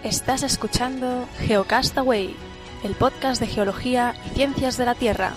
Estás escuchando Geocastaway, el podcast de geología y ciencias de la Tierra.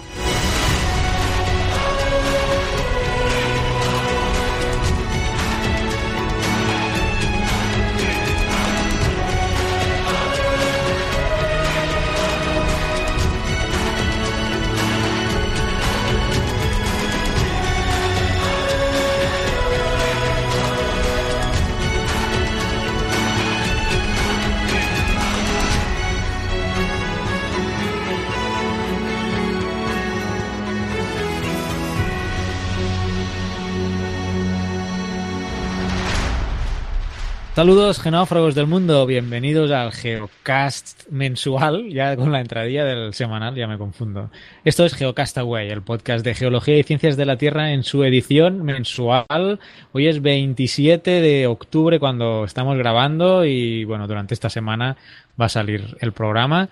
Saludos genófragos del mundo, bienvenidos al Geocast mensual, ya con la entradilla del semanal, ya me confundo. Esto es Geocastaway, el podcast de geología y ciencias de la Tierra en su edición mensual. Hoy es 27 de octubre cuando estamos grabando y bueno, durante esta semana va a salir el programa.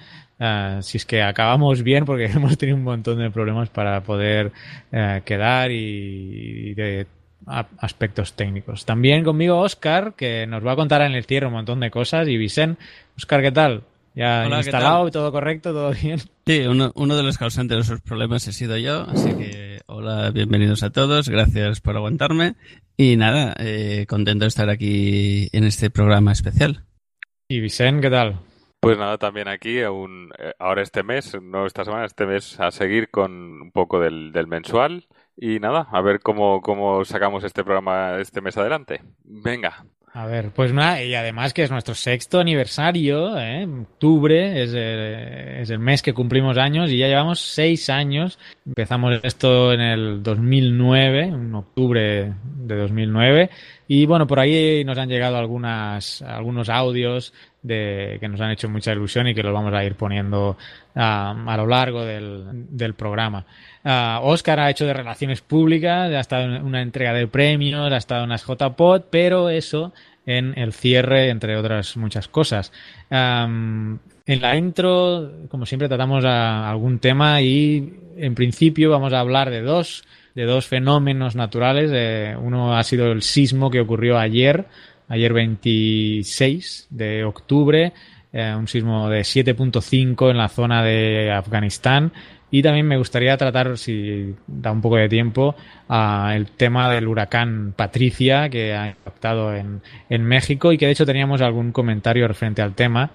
Si es que acabamos bien, porque hemos tenido un montón de problemas para poder quedar y de aspectos técnicos. También conmigo Óscar, que nos va a contar en el cierre un montón de cosas, y Vicent. Óscar, ¿qué tal? ¿Ya Hola, instalado? ¿Todo correcto? ¿Todo bien? Sí, uno de los causantes de esos problemas he sido yo, así que hola, bienvenidos a todos, gracias por aguantarme y nada, contento de estar aquí en este programa especial. ¿Y Vicent, qué tal? Pues nada, también aquí, ahora este mes, no esta semana, este mes a seguir con un poco del mensual. Y nada, a ver cómo sacamos este programa este mes adelante. Venga. A ver, pues nada, y además que es nuestro 6º aniversario, octubre es el mes que cumplimos años y ya llevamos 6 años. Empezamos esto en el 2009, en octubre de 2009, y bueno, por ahí nos han llegado algunos audios que nos han hecho mucha ilusión y que los vamos a ir poniendo a lo largo del programa. Óscar ha hecho de relaciones públicas, ha estado en una entrega de premios, ha estado en las JPod, pero eso en el cierre, entre otras muchas cosas. En la intro, como siempre, tratamos algún tema y en principio vamos a hablar de dos fenómenos naturales. Uno ha sido el sismo que ocurrió ayer 26 de octubre, un sismo de 7.5 en la zona de Afganistán. Y también me gustaría tratar, si da un poco de tiempo, el tema del huracán Patricia, que ha impactado en México y que de hecho teníamos algún comentario referente al tema.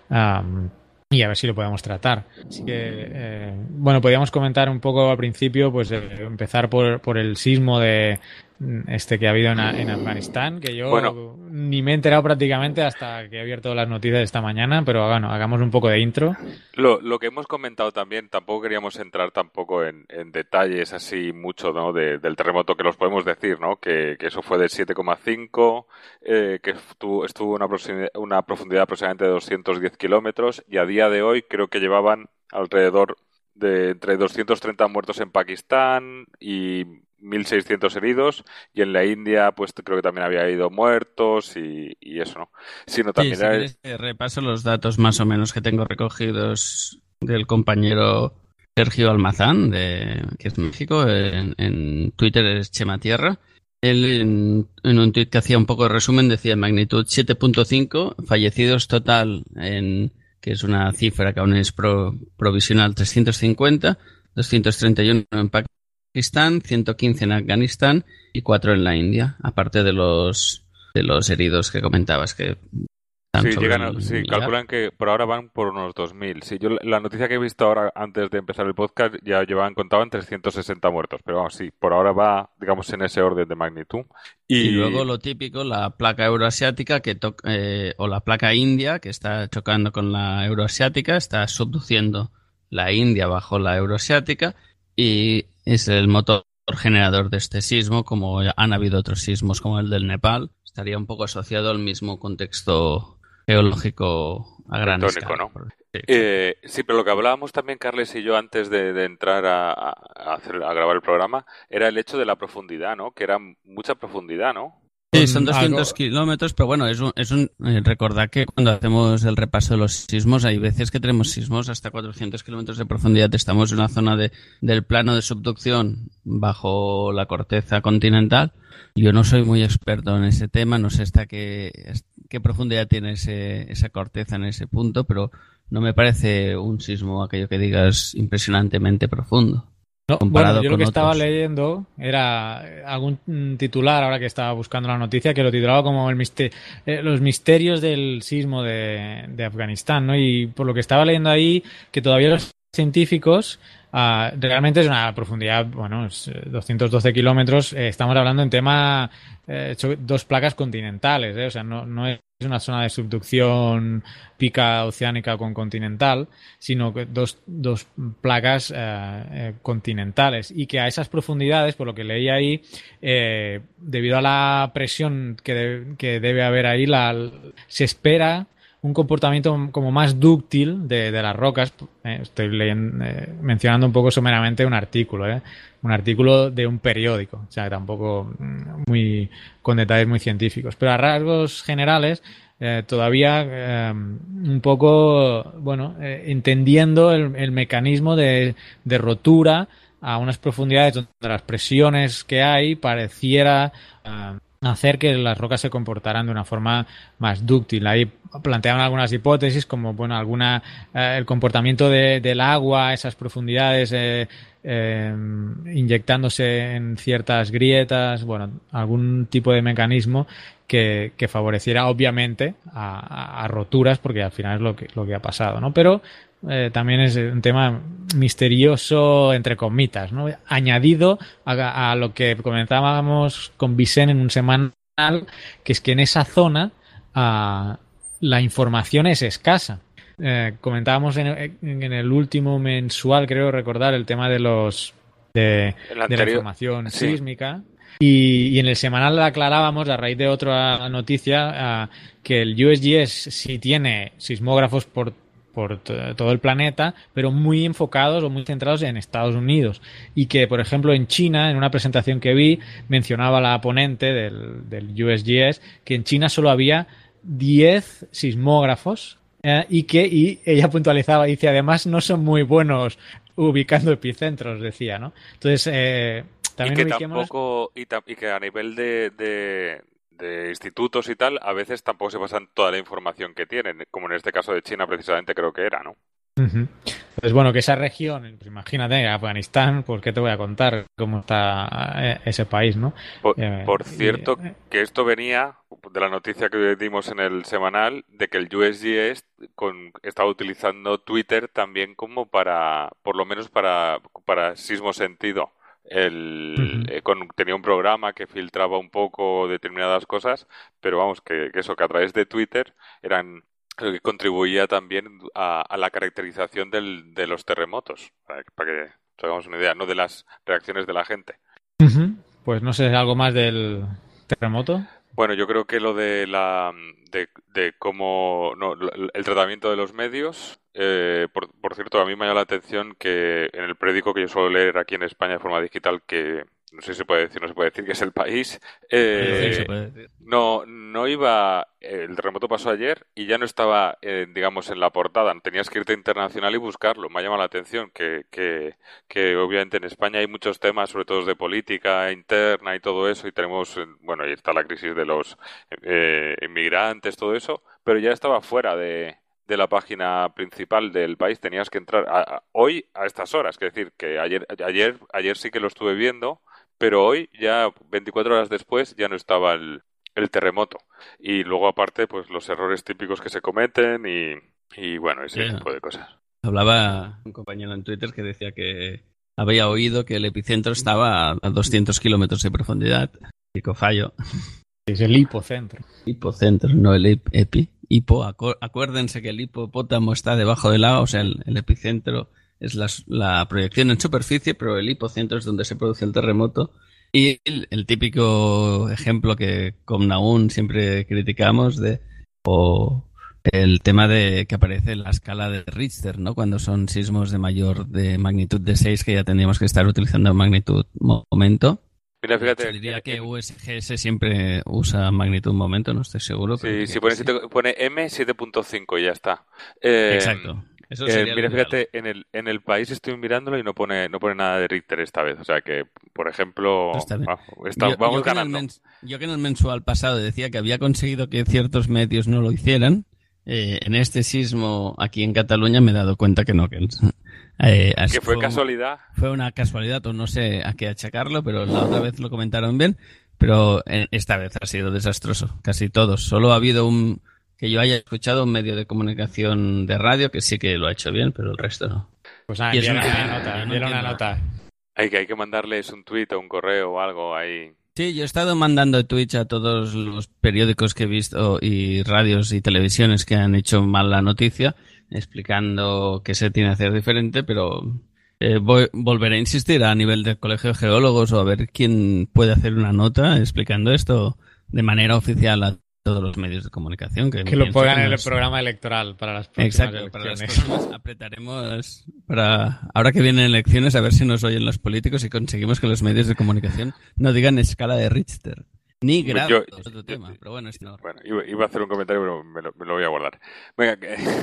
Y a ver si lo podemos tratar. Así que, bueno, podríamos comentar un poco al principio, pues empezar por el sismo que ha habido en Afganistán, que yo ni me he enterado prácticamente hasta que he abierto las noticias esta mañana, pero bueno, hagamos un poco de intro. Lo que hemos comentado también, tampoco queríamos entrar tampoco en detalles así mucho, ¿no? Del terremoto, que los podemos decir, ¿no? Que eso fue de 7,5, que estuvo una profundidad aproximadamente de 210 kilómetros y a día de hoy creo que llevaban alrededor de entre 230 muertos en Pakistán y 1.600 heridos, y en la India pues creo que también había habido muertos y eso, ¿no? Sino también si quieres, repaso los datos más o menos que tengo recogidos del compañero Sergio Almazán, que es de México, en Twitter es Chema Tierra. Él en un tuit que hacía un poco de resumen decía magnitud 7.5, fallecidos total que es una cifra que aún es provisional, 350, 231 en Pakistán, 115 en Afganistán y 4 en la India, aparte de los heridos que comentabas que calculan que por ahora van por unos 2.000. Sí, yo la noticia que he visto ahora antes de empezar el podcast ya contaban 360 muertos, pero vamos, sí, por ahora va, digamos, en ese orden de magnitud. Y luego lo típico, la placa euroasiática o la placa india que está chocando con la euroasiática, está subduciendo la India bajo la euroasiática y es el motor generador de este sismo, como han habido otros sismos como el del Nepal. Estaría un poco asociado al mismo contexto geológico a gran escala, ¿no? Sí, pero lo que hablábamos también, Carles y yo, antes de entrar a grabar el programa, era el hecho de la profundidad, ¿no? Que era mucha profundidad, ¿no? Sí, son 200 kilómetros, pero bueno, recordad que cuando hacemos el repaso de los sismos, hay veces que tenemos sismos hasta 400 kilómetros de profundidad. Estamos en una zona del plano de subducción bajo la corteza continental. Yo no soy muy experto en ese tema, no sé hasta qué qué profundidad tiene esa corteza en ese punto, pero no me parece un sismo aquello que digas impresionantemente profundo. No, comparado bueno, yo lo con que estaba otros. leyendo era algún titular, ahora que estaba buscando la noticia, que lo titulaba como los misterios del sismo de Afganistán, ¿no? Y por lo que estaba leyendo ahí, que todavía los científicos, realmente es una profundidad, bueno, es 212 kilómetros, estamos hablando en tema, dos placas continentales, o sea, no es una zona de subducción pica oceánica con continental, sino que dos placas continentales, y que a esas profundidades, por lo que leí ahí, debido a la presión que debe haber ahí, se espera un comportamiento como más dúctil de las rocas. Estoy mencionando un poco someramente un artículo de un periódico, o sea, tampoco muy con detalles muy científicos, pero a rasgos generales todavía un poco, bueno, entendiendo el mecanismo de rotura a unas profundidades donde las presiones que hay pareciera hacer que las rocas se comportaran de una forma más dúctil. Ahí planteaban algunas hipótesis como, bueno, el comportamiento del agua a esas profundidades inyectándose en ciertas grietas, bueno, algún tipo de mecanismo que favoreciera obviamente a roturas, porque al final es lo que ha pasado, ¿no? Pero también es un tema misterioso, entre comitas, ¿no? Añadido a lo que comentábamos con Vicente en un semanal, que es que en esa zona la información es escasa. Comentábamos en el último mensual, creo recordar, el tema de de la información sí, sísmica. Y en el semanal aclarábamos, a raíz de otra noticia, que el USGS sí tiene sismógrafos por todo el planeta, pero muy enfocados o muy centrados en Estados Unidos. Y que, por ejemplo, en China, en una presentación que vi, mencionaba la ponente del USGS, que en China solo había 10 sismógrafos y ella puntualizaba, dice, además no son muy buenos ubicando epicentros, decía, ¿no? Entonces, también y que tampoco, y que a nivel de institutos y tal, a veces tampoco se pasan toda la información que tienen, como en este caso de China precisamente creo que era, ¿no? Uh-huh. Pues bueno, que esa región, pues imagínate, Afganistán, pues qué te voy a contar cómo está ese país, ¿no? Por cierto, que esto venía de la noticia que dimos en el semanal de que el USGS estaba utilizando Twitter también como por lo menos para sismo sentido. Tenía un programa que filtraba un poco determinadas cosas, pero vamos, que a través de Twitter eran lo que contribuía también a la caracterización de los terremotos, para que nos hagamos una idea, no de las reacciones de la gente. Uh-huh. Pues no sé, algo más del terremoto. Bueno, yo creo que lo de de cómo el tratamiento de los medios, por cierto, a mí me llama la atención que en el periódico que yo suelo leer aquí en España de forma digital, que no sé si se puede decir, no se puede decir, que es El País, Se puede decir. no iba, el terremoto pasó ayer y ya no estaba, digamos, en la portada, tenías que irte a internacional y buscarlo. Me ha llamado la atención que obviamente en España hay muchos temas, sobre todo de política interna y todo eso, y tenemos, bueno, ahí está la crisis de los inmigrantes, todo eso, pero ya estaba fuera de la página principal del País. Tenías que entrar hoy a estas horas, es decir, que ayer sí que lo estuve viendo, pero hoy ya 24 horas después ya no estaba el terremoto. Y luego aparte pues los errores típicos que se cometen y bueno, ese tipo de cosas. Hablaba un compañero en Twitter que decía que había oído que el epicentro estaba a 200 kilómetros de profundidad. Pico fallo. Es el hipocentro. Hipocentro, no el epi. Acuérdense que el hipopótamo está debajo del agua, o sea, el epicentro es la proyección en superficie, pero el hipocentro es donde se produce el terremoto. Y el típico ejemplo que con Naun siempre criticamos o el tema de que aparece en la escala de Richter, ¿no? Cuando son sismos de magnitud de 6, que ya tendríamos que estar utilizando magnitud momento. Mira, fíjate. Yo diría que USGS siempre usa magnitud momento, no estoy seguro. Sí, si pone M, 7.5 y ya está. Exacto. Eso sería Mira, lo ideal. fíjate, en el país estoy mirándolo y no pone nada de Richter esta vez. O sea que, por ejemplo, Está bien. vamos Yo que ganando. yo que en el mensual pasado decía que había conseguido que ciertos medios no lo hicieran, en este sismo aquí en Cataluña me he dado cuenta que no, Que fue casualidad. fue una casualidad o no sé a qué achacarlo, pero la otra vez lo comentaron bien, pero esta vez ha sido desastroso, casi todos. Solo ha habido que yo haya escuchado un medio de comunicación de radio que sí que lo ha hecho bien, pero el resto no. Pues nada, Y es envíale una una pena, nota, yo no envíale una entiendo. nota. Hay que mandarles un tuit o un correo o algo ahí. Sí, yo he estado mandando tweets a todos los periódicos que he visto y radios y televisiones que han hecho mal la noticia, explicando qué se tiene que hacer diferente, pero volveré a insistir a nivel del Colegio de Geólogos o a ver quién puede hacer una nota explicando esto de manera oficial a todos los medios de comunicación. Que lo pienso pongan que en no el es- programa electoral para las próximas Exacto, para las elecciones. próximas apretaremos para ahora que vienen elecciones a ver si nos oyen los políticos y conseguimos que los medios de comunicación no digan escala de Richter ni Pues grados, otro tema, pero bueno, esto no. Bueno, iba a hacer un comentario, pero me lo voy a guardar. Venga,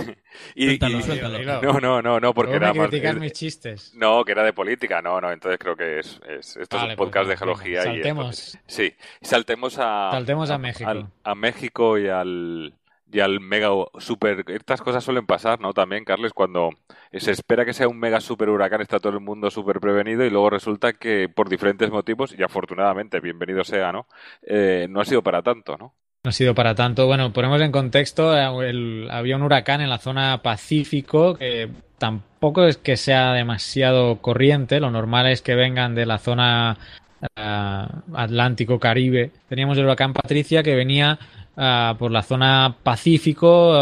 Suéltalo. No, porque Luego era me más... critican mis chistes. No, que era de política. No, entonces creo que esto es Vale, un podcast de pues venga, geología. saltemos. Sí, saltemos Saltemos a México. a México y al mega super... Estas cosas suelen pasar, ¿no? También, Carles, cuando se espera que sea un mega super huracán, está todo el mundo súper prevenido y luego resulta que por diferentes motivos, y afortunadamente, bienvenido sea, ¿no? No ha sido para tanto, ¿no? No ha sido para tanto. Bueno, ponemos en contexto, había un huracán en la zona Pacífico que tampoco es que sea demasiado corriente, lo normal es que vengan de la zona Atlántico-Caribe. Teníamos el huracán Patricia que venía por la zona Pacífico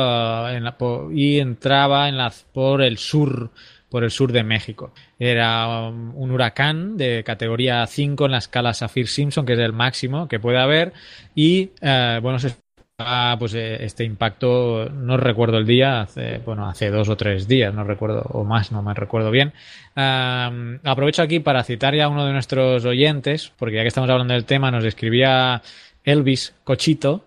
y entraba por el sur de México. Era un huracán de categoría 5 en la escala Saffir-Simpson, que es el máximo que puede haber, y bueno, se esperaba pues este impacto, no recuerdo el día, hace 2 o 3 días, no recuerdo, o más, no me recuerdo bien. Aprovecho aquí para citar ya a uno de nuestros oyentes, porque ya que estamos hablando del tema, nos escribía Elvis Cochito.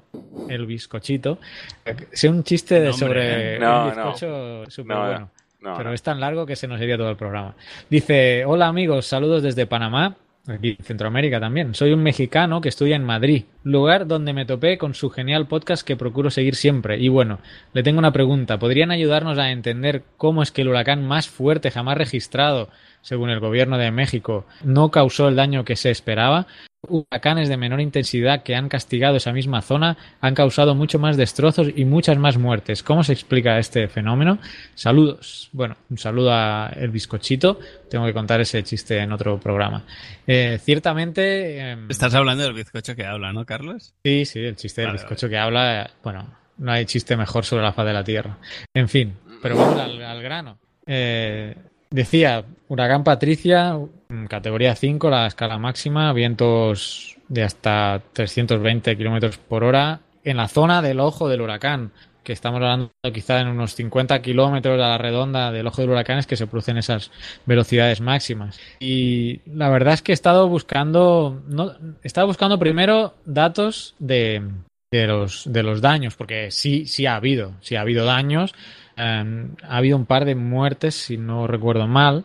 Sé un chiste sobre No, un bizcocho súper no, bueno. no, Pero no. es tan largo que se nos iría todo el programa. Dice, hola amigos, saludos desde Panamá, aquí en Centroamérica también. Soy un mexicano que estudia en Madrid, lugar donde me topé con su genial podcast que procuro seguir siempre. Y bueno, le tengo una pregunta. ¿Podrían ayudarnos a entender cómo es que el huracán más fuerte jamás registrado, según el gobierno de México, no causó el daño que se esperaba? Huracanes de menor intensidad que han castigado esa misma zona han causado mucho más destrozos y muchas más muertes. ¿Cómo se explica este fenómeno? Saludos. Bueno, un saludo a el bizcochito. Tengo que contar ese chiste en otro programa. Ciertamente... Estás hablando del bizcocho que habla, ¿no, Carlos? Sí, el chiste del bizcocho que habla... Bueno, no hay chiste mejor sobre la faz de la Tierra. En fin, pero vamos al grano. Decía, huracán Patricia, categoría 5, la escala máxima, vientos de hasta 320 kilómetros por hora en la zona del ojo del huracán, que estamos hablando quizá en unos 50 kilómetros a la redonda del ojo del huracán es que se producen esas velocidades máximas. Y la verdad es que he estado buscando primero datos de los daños, porque sí ha habido daños. Ha habido un par de muertes, si no recuerdo mal.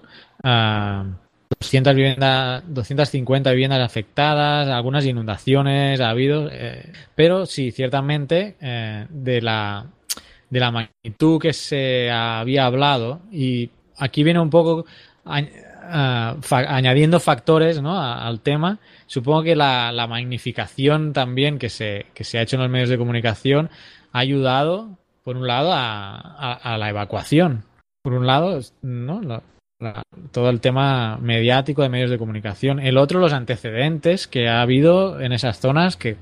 250 viviendas afectadas, algunas inundaciones ha habido, pero sí, ciertamente, de la magnitud que se había hablado, y aquí viene un poco añadiendo factores, ¿no?, al tema. Supongo que la magnificación también que se ha hecho en los medios de comunicación ha ayudado, por un lado, a la evacuación. Por un lado, ¿no?, todo el tema mediático de medios de comunicación. El otro, los antecedentes que ha habido en esas zonas que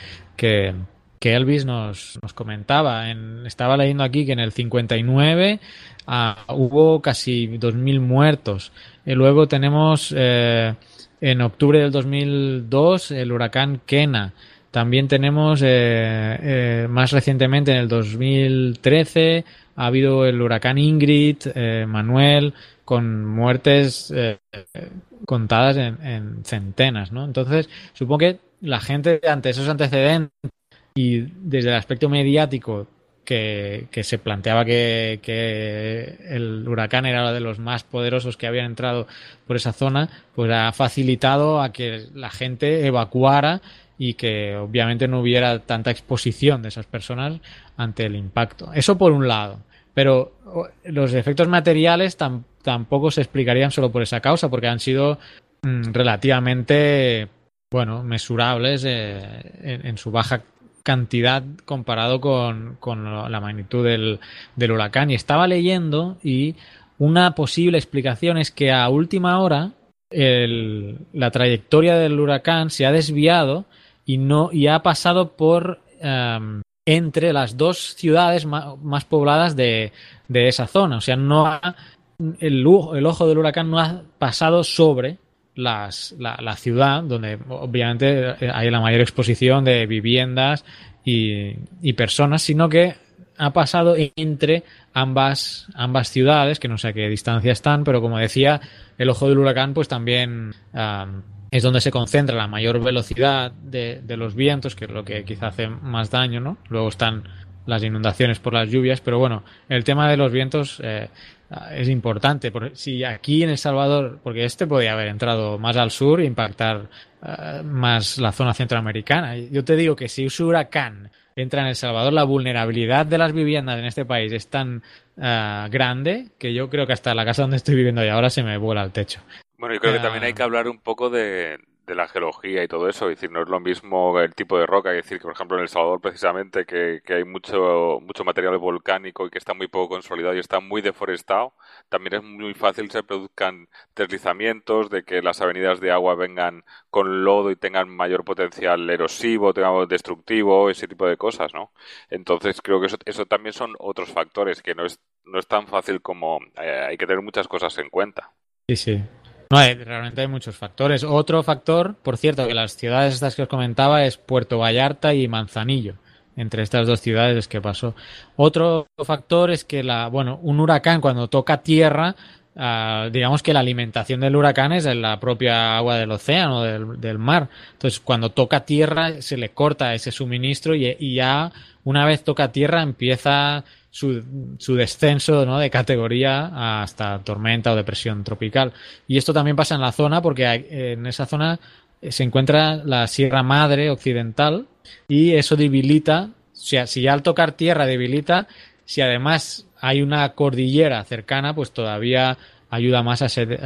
Elvis nos comentaba. Estaba leyendo aquí que en el 59 hubo casi 2.000 muertos. Y luego tenemos en octubre del 2002 el huracán Kena. También tenemos más recientemente en el 2013 ha habido el huracán Ingrid, Manuel, con muertes contadas en centenas, ¿no? Entonces, supongo que la gente ante esos antecedentes y desde el aspecto mediático que se planteaba que el huracán era uno de los más poderosos que habían entrado por esa zona, pues ha facilitado a que la gente evacuara y que obviamente no hubiera tanta exposición de esas personas ante el impacto. Eso por un lado. Pero los efectos materiales tampoco se explicarían solo por esa causa, porque han sido relativamente, bueno, mesurables en su baja cantidad comparado con la magnitud del huracán. Y estaba leyendo y una posible explicación es que a última hora la trayectoria del huracán se ha desviado y ha pasado por entre las dos ciudades más pobladas de esa zona. O sea, el ojo del huracán no ha pasado sobre la ciudad, donde obviamente hay la mayor exposición de viviendas y personas, sino que ha pasado entre ambas ciudades, que no sé a qué distancia están, pero como decía, el ojo del huracán pues también es donde se concentra la mayor velocidad de los vientos, que es lo que quizá hace más daño, ¿no? Luego están las inundaciones por las lluvias, pero bueno, el tema de los vientos es importante. Si aquí en El Salvador, porque podía haber entrado más al sur e impactar más la zona centroamericana. Yo te digo que si un huracán entra en El Salvador, la vulnerabilidad de las viviendas en este país es tan grande que yo creo que hasta la casa donde estoy viviendo y ahora se me vuela el techo. Bueno, yo creo que también hay que hablar un poco de la geología y todo eso. Es decir, no es lo mismo el tipo de roca. Es decir, que por ejemplo en El Salvador precisamente que hay mucho material volcánico y que está muy poco consolidado y está muy deforestado. También es muy fácil que se produzcan deslizamientos, de que las avenidas de agua vengan con lodo y tengan mayor potencial erosivo, tengamos destructivo, ese tipo de cosas, ¿no? Entonces creo que eso también son otros factores, que no es tan fácil como hay que tener muchas cosas en cuenta. Sí, sí. No, realmente hay muchos factores. Otro factor, por cierto, que las ciudades estas que os comentaba es Puerto Vallarta y Manzanillo. Entre estas dos ciudades es que pasó. Otro factor es que un huracán cuando toca tierra, digamos que la alimentación del huracán es en la propia agua del océano, del mar. Entonces, cuando toca tierra se le corta ese suministro y ya una vez toca tierra empieza su descenso, ¿no?, de categoría hasta tormenta o depresión tropical. Y esto también pasa en la zona porque en esa zona se encuentra la Sierra Madre Occidental y eso debilita, o sea, si ya al tocar tierra debilita, si además hay una cordillera cercana, pues todavía ayuda más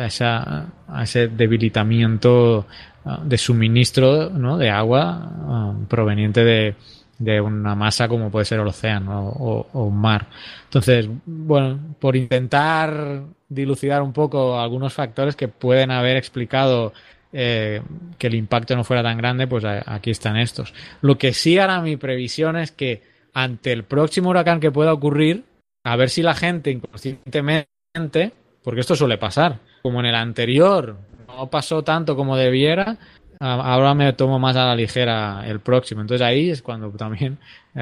a ese debilitamiento de suministro, ¿no?, de agua proveniente de una masa como puede ser el océano o un mar. Entonces, bueno, por intentar dilucidar un poco algunos factores que pueden haber explicado que el impacto no fuera tan grande, pues aquí están estos. Lo que sí ahora mi previsión es que ante el próximo huracán que pueda ocurrir, a ver si la gente inconscientemente, porque esto suele pasar, como en el anterior no pasó tanto como debiera, ahora me tomo más a la ligera el próximo. Entonces ahí es cuando también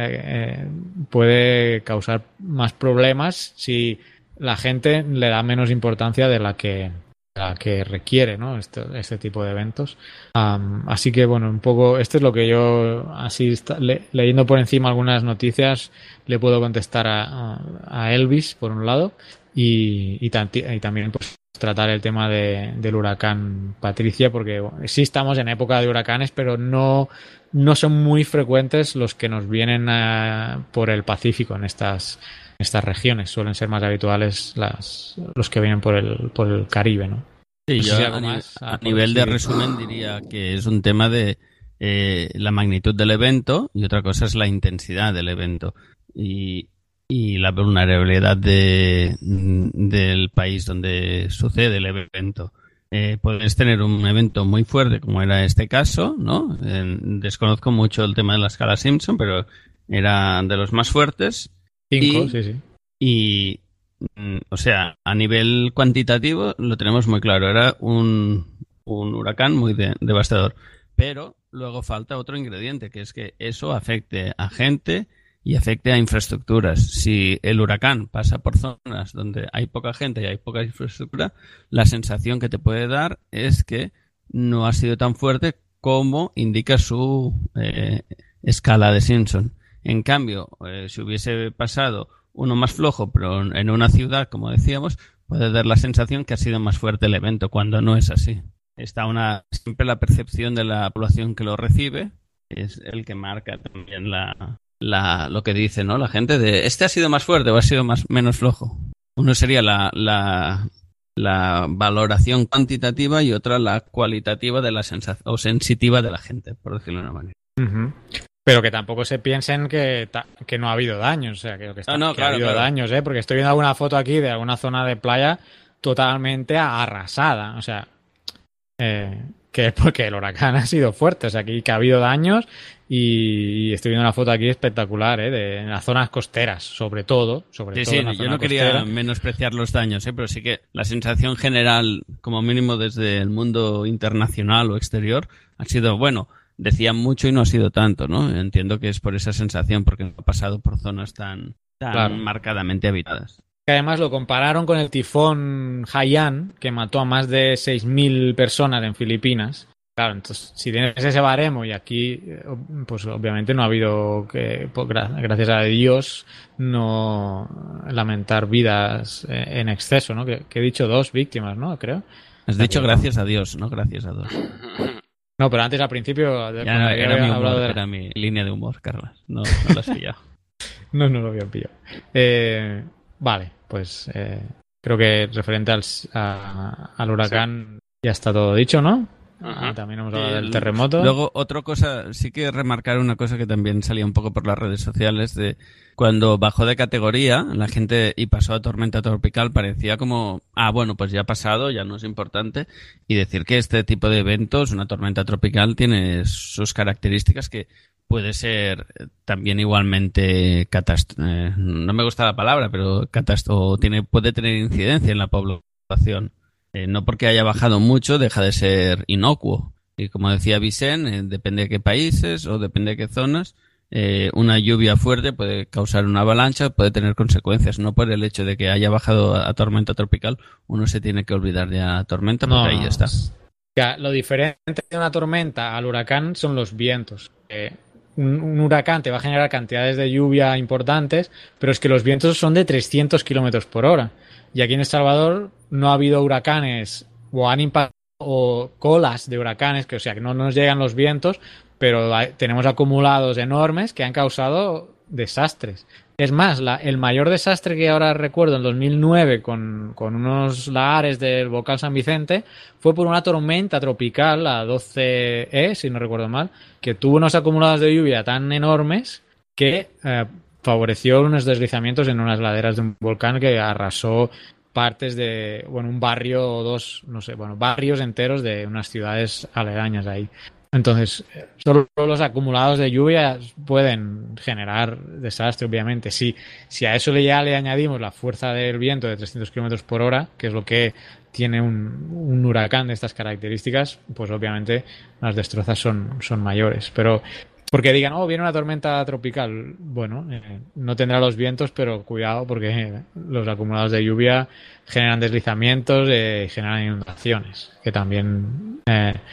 puede causar más problemas si la gente le da menos importancia de la que requiere, ¿no?, este tipo de eventos. Así que bueno, un poco esto es lo que yo, así leyendo por encima algunas noticias, le puedo contestar a Elvis por un lado y también pues tratar el tema del huracán Patricia, porque sí estamos en época de huracanes, pero no son muy frecuentes los que nos vienen por el Pacífico en estas regiones. Suelen ser más habituales los que vienen por el Caribe, ¿no? Sí, no sé yo si a nivel de resumen diría que es un tema de la magnitud del evento y otra cosa es la intensidad del evento y la vulnerabilidad del país donde sucede el evento. Puedes tener un evento muy fuerte como era este caso, ¿no? Desconozco mucho el tema de la escala Simpson, pero era de los más fuertes. 5, sí. Y, o sea, a nivel cuantitativo lo tenemos muy claro. Era un huracán muy devastador. Pero luego falta otro ingrediente, que es que eso afecte a gente y afecte a infraestructuras. Si el huracán pasa por zonas donde hay poca gente y hay poca infraestructura, la sensación que te puede dar es que no ha sido tan fuerte como indica su escala de Simpson. En cambio, si hubiese pasado uno más flojo, pero en una ciudad, como decíamos, puede dar la sensación que ha sido más fuerte el evento, cuando no es así. Está siempre la percepción de la población que lo recibe, es el que marca también lo que dice, ¿no? La gente de ¿este ha sido más fuerte o ha sido menos flojo? Uno sería la valoración cuantitativa y otra la cualitativa de la sensación o sensitiva de la gente, por decirlo de una manera. Uh-huh. Pero que tampoco se piensen que no ha habido daños, o sea, que claro, ha habido daños, porque estoy viendo alguna foto aquí de alguna zona de playa totalmente arrasada, o sea, que es porque el huracán ha sido fuerte, o sea, que ha habido daños y estoy viendo una foto aquí espectacular, de las zonas costeras, sobre todo. Sí, yo no quería menospreciar los daños, pero sí que la sensación general, como mínimo desde el mundo internacional o exterior, ha sido, bueno, decían mucho y no ha sido tanto, ¿no? Entiendo que es por esa sensación, porque no ha pasado por zonas tan claro, marcadamente habitadas. Además lo compararon con el tifón Haiyan, que mató a más de 6.000 personas en Filipinas. Claro, entonces, si tienes ese baremo y aquí, pues obviamente no ha habido que, pues, gracias a Dios, no lamentar vidas en exceso, ¿no? Que he dicho 2 víctimas, ¿no? Creo. Has dicho gracias a Dios, no gracias a 2. No, pero antes al principio... Era mi línea de humor, Carlas. No lo has pillado. No lo había pillado. Vale, pues creo que referente al huracán ya está todo dicho, ¿no? También hemos hablado del terremoto. Luego, otra cosa, sí que remarcar una cosa que también salía un poco por las redes sociales, de cuando bajó de categoría la gente y pasó a tormenta tropical, parecía como, bueno, pues ya ha pasado, ya no es importante, y decir que este tipo de eventos, una tormenta tropical, tiene sus características que puede ser también igualmente no me gusta la palabra, pero puede tener incidencia en la población. No porque haya bajado mucho deja de ser inocuo. Y como decía Vicente, depende de qué países o depende de qué zonas, una lluvia fuerte puede causar una avalancha, puede tener consecuencias. No por el hecho de que haya bajado a tormenta tropical, uno se tiene que olvidar de la tormenta, porque ahí ya está. Ya, lo diferente de una tormenta al huracán son los vientos. Un huracán te va a generar cantidades de lluvia importantes, pero es que los vientos son de 300 kilómetros por hora. Y aquí en El Salvador no ha habido huracanes o han impactado o colas de huracanes, que o sea que no nos llegan los vientos, pero tenemos acumulados enormes que han causado desastres. Es más, el mayor desastre que ahora recuerdo en 2009 con unos lahares del volcán San Vicente fue por una tormenta tropical, la 12E, si no recuerdo mal, que tuvo unos acumulados de lluvia tan enormes que favoreció unos deslizamientos en unas laderas de un volcán que arrasó partes de, un barrio o dos, no sé, barrios enteros de unas ciudades aledañas ahí. Entonces, solo los acumulados de lluvia pueden generar desastre, obviamente. Si a eso le añadimos la fuerza del viento de 300 km por hora, que es lo que tiene un huracán de estas características, pues obviamente las destrozas son mayores. Pero porque digan, viene una tormenta tropical. Bueno, no tendrá los vientos, pero cuidado porque los acumulados de lluvia generan deslizamientos y generan inundaciones, que también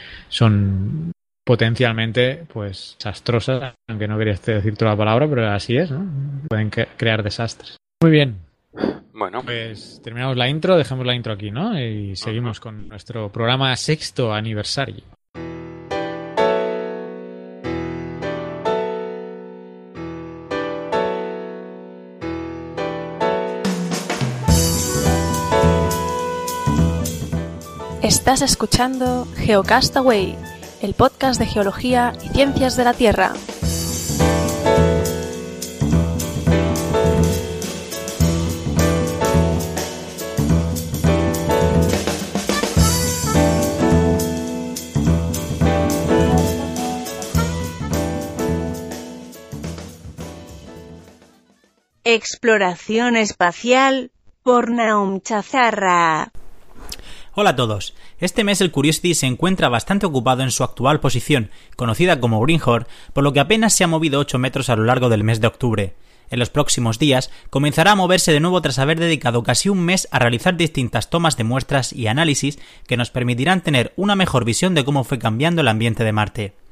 son potencialmente pues desastrosas, aunque no quería decir toda la palabra, pero así es, ¿no? Pueden crear desastres. Muy bien. Bueno, pues terminamos la intro, dejamos la intro aquí, ¿no? Y seguimos con nuestro programa 6º aniversario. Estás escuchando Geocastaway, el podcast de geología y ciencias de la Tierra. Exploración espacial por Naum Chazarra. Hola a todos. Este mes el Curiosity se encuentra bastante ocupado en su actual posición, conocida como Greenhorn, por lo que apenas se ha movido 8 metros a lo largo del mes de octubre. En los próximos días comenzará a moverse de nuevo tras haber dedicado casi un mes a realizar distintas tomas de muestras y análisis que nos permitirán tener una mejor visión de cómo fue cambiando el ambiente de Marte.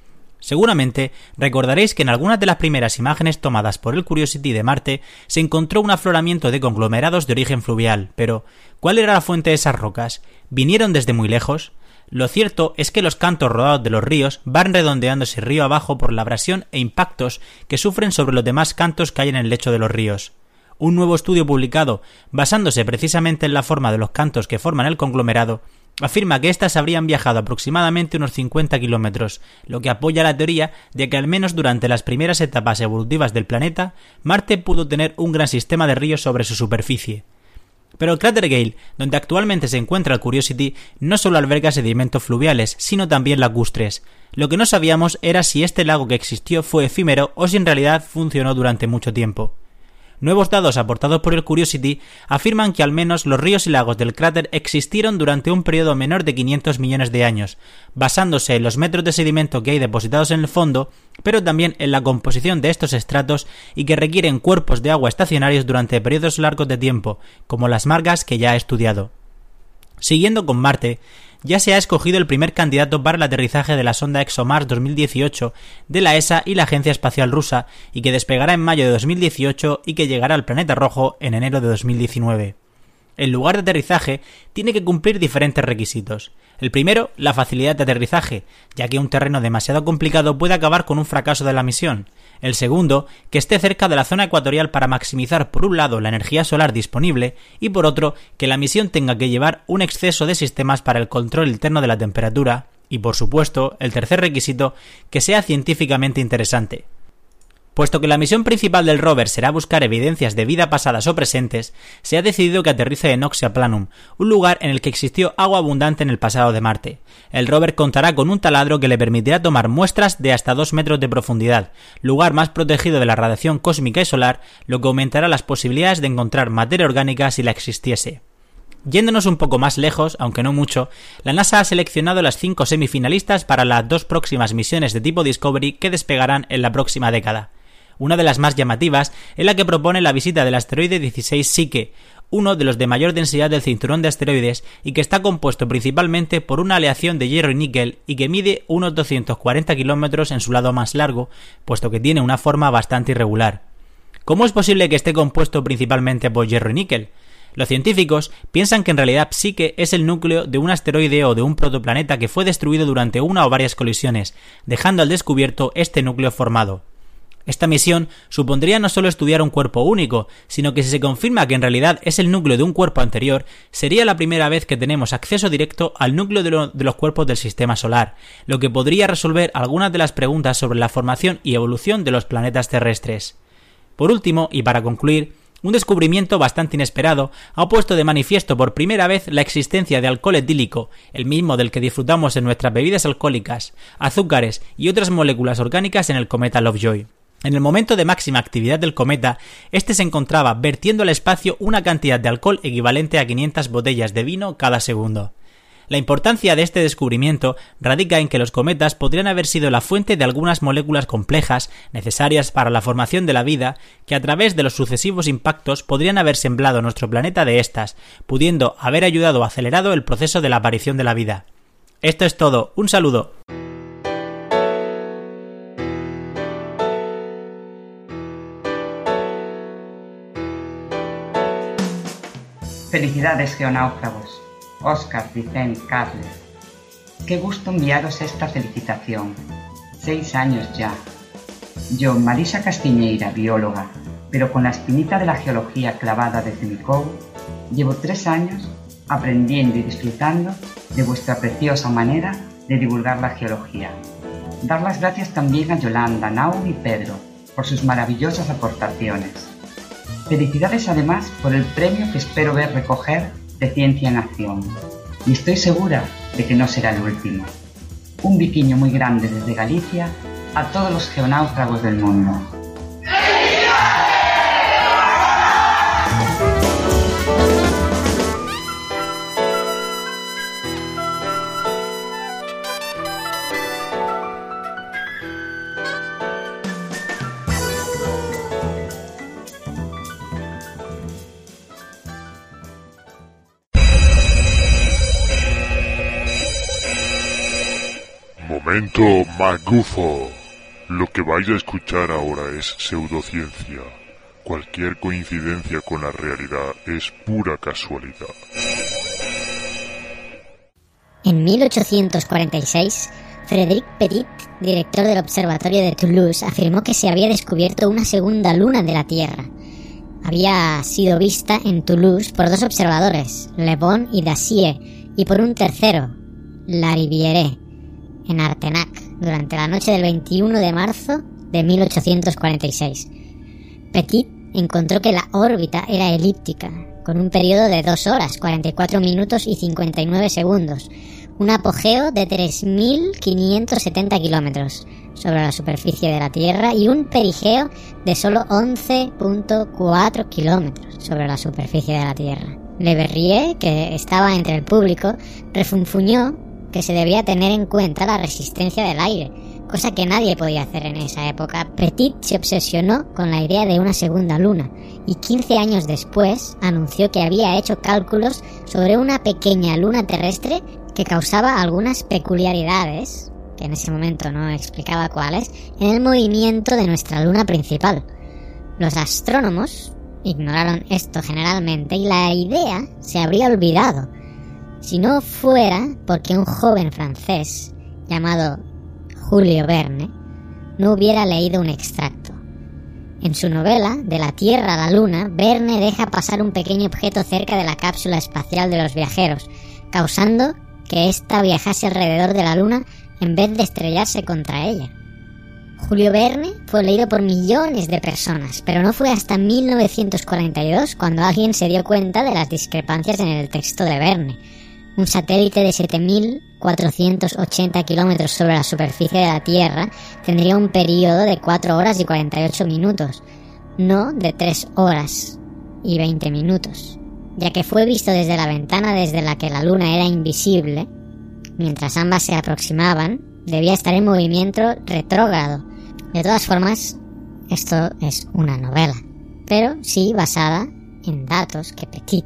Seguramente recordaréis que en algunas de las primeras imágenes tomadas por el Curiosity de Marte se encontró un afloramiento de conglomerados de origen fluvial, pero ¿cuál era la fuente de esas rocas? ¿Vinieron desde muy lejos? Lo cierto es que los cantos rodados de los ríos van redondeándose río abajo por la abrasión e impactos que sufren sobre los demás cantos que hay en el lecho de los ríos. Un nuevo estudio publicado, basándose precisamente en la forma de los cantos que forman el conglomerado, afirma que éstas habrían viajado aproximadamente unos 50 kilómetros, lo que apoya la teoría de que al menos durante las primeras etapas evolutivas del planeta, Marte pudo tener un gran sistema de ríos sobre su superficie. Pero el cráter Gale, donde actualmente se encuentra el Curiosity, no solo alberga sedimentos fluviales, sino también lacustres. Lo que no sabíamos era si este lago que existió fue efímero o si en realidad funcionó durante mucho tiempo. Nuevos datos aportados por el Curiosity afirman que al menos los ríos y lagos del cráter existieron durante un periodo menor de 500 millones de años, basándose en los metros de sedimento que hay depositados en el fondo, pero también en la composición de estos estratos y que requieren cuerpos de agua estacionarios durante periodos largos de tiempo, como las margas que ya he estudiado. Siguiendo con Marte, ya se ha escogido el primer candidato para el aterrizaje de la sonda ExoMars 2018 de la ESA y la Agencia Espacial Rusa, y que despegará en mayo de 2018 y que llegará al planeta rojo en enero de 2019. El lugar de aterrizaje tiene que cumplir diferentes requisitos. El primero, la facilidad de aterrizaje, ya que un terreno demasiado complicado puede acabar con un fracaso de la misión. El segundo, que esté cerca de la zona ecuatorial para maximizar por un lado la energía solar disponible y por otro que la misión tenga que llevar un exceso de sistemas para el control interno de la temperatura y por supuesto el tercer requisito, que sea científicamente interesante. Puesto que la misión principal del rover será buscar evidencias de vida pasadas o presentes, se ha decidido que aterrice en Oxia Planum, un lugar en el que existió agua abundante en el pasado de Marte. El rover contará con un taladro que le permitirá tomar muestras de hasta 2 metros de profundidad, lugar más protegido de la radiación cósmica y solar, lo que aumentará las posibilidades de encontrar materia orgánica si la existiese. Yéndonos un poco más lejos, aunque no mucho, la NASA ha seleccionado las 5 semifinalistas para las 2 próximas misiones de tipo Discovery que despegarán en la próxima década. Una de las más llamativas es la que propone la visita del asteroide 16 Psyche, uno de los de mayor densidad del cinturón de asteroides y que está compuesto principalmente por una aleación de hierro y níquel y que mide unos 240 kilómetros en su lado más largo, puesto que tiene una forma bastante irregular. ¿Cómo es posible que esté compuesto principalmente por hierro y níquel? Los científicos piensan que en realidad Psyche es el núcleo de un asteroide o de un protoplaneta que fue destruido durante una o varias colisiones, dejando al descubierto este núcleo formado. Esta misión supondría no solo estudiar un cuerpo único, sino que si se confirma que en realidad es el núcleo de un cuerpo anterior, sería la primera vez que tenemos acceso directo al núcleo de los cuerpos del sistema solar, lo que podría resolver algunas de las preguntas sobre la formación y evolución de los planetas terrestres. Por último, y para concluir, un descubrimiento bastante inesperado ha puesto de manifiesto por primera vez la existencia de alcohol etílico, el mismo del que disfrutamos en nuestras bebidas alcohólicas, azúcares y otras moléculas orgánicas en el cometa Lovejoy. En el momento de máxima actividad del cometa, este se encontraba vertiendo al espacio una cantidad de alcohol equivalente a 500 botellas de vino cada segundo. La importancia de este descubrimiento radica en que los cometas podrían haber sido la fuente de algunas moléculas complejas necesarias para la formación de la vida que a través de los sucesivos impactos podrían haber sembrado nuestro planeta de estas, pudiendo haber ayudado o acelerado el proceso de la aparición de la vida. Esto es todo, un saludo. Felicidades, geonáufragos. Óscar, Vicente, Carles. Qué gusto enviaros esta felicitación. 6 años ya. Yo, Marisa Castiñeira, bióloga, pero con la espinita de la geología clavada desde mi codo, llevo 3 años aprendiendo y disfrutando de vuestra preciosa manera de divulgar la geología. Dar las gracias también a Yolanda, Nau y Pedro por sus maravillosas aportaciones. Felicidades además por el premio que espero ver recoger de Ciencia en Acción. Y estoy segura de que no será el último. Un biquiño muy grande desde Galicia a todos los geonáufragos del mundo. Momento magufo. Lo que vais a escuchar ahora es pseudociencia. Cualquier coincidencia con la realidad es pura casualidad. En 1846, Frédéric Petit, director del Observatorio de Toulouse, afirmó que se había descubierto una segunda luna de la Tierra. Había sido vista en Toulouse por 2 observadores, Le Bon y Dacier, y por un tercero, Lariviere, en Artenac, durante la noche del 21 de marzo de 1846. Petit encontró que la órbita era elíptica, con un periodo de 2 horas, 44 minutos y 59 segundos, un apogeo de 3.570 kilómetros sobre la superficie de la Tierra y un perigeo de solo 11.4 kilómetros sobre la superficie de la Tierra. Le Verrier, que estaba entre el público, refunfuñó que se debía tener en cuenta la resistencia del aire, cosa que nadie podía hacer en esa época. Petit se obsesionó con la idea de una segunda luna y 15 años después anunció que había hecho cálculos sobre una pequeña luna terrestre que causaba algunas peculiaridades, que en ese momento no explicaba cuáles, en el movimiento de nuestra luna principal. Los astrónomos ignoraron esto generalmente y la idea se habría olvidado, si no fuera porque un joven francés llamado Julio Verne no hubiera leído un extracto. En su novela De la Tierra a la Luna, Verne deja pasar un pequeño objeto cerca de la cápsula espacial de los viajeros, causando que ésta viajase alrededor de la Luna en vez de estrellarse contra ella. Julio Verne fue leído por millones de personas, pero no fue hasta 1942 cuando alguien se dio cuenta de las discrepancias en el texto de Verne. Un satélite de 7.480 kilómetros sobre la superficie de la Tierra tendría un periodo de 4 horas y 48 minutos, no de 3 horas y 20 minutos, ya que fue visto desde la ventana desde la que la Luna era invisible. Mientras ambas se aproximaban, debía estar en movimiento retrógrado. De todas formas, esto es una novela, pero sí basada en datos que Petit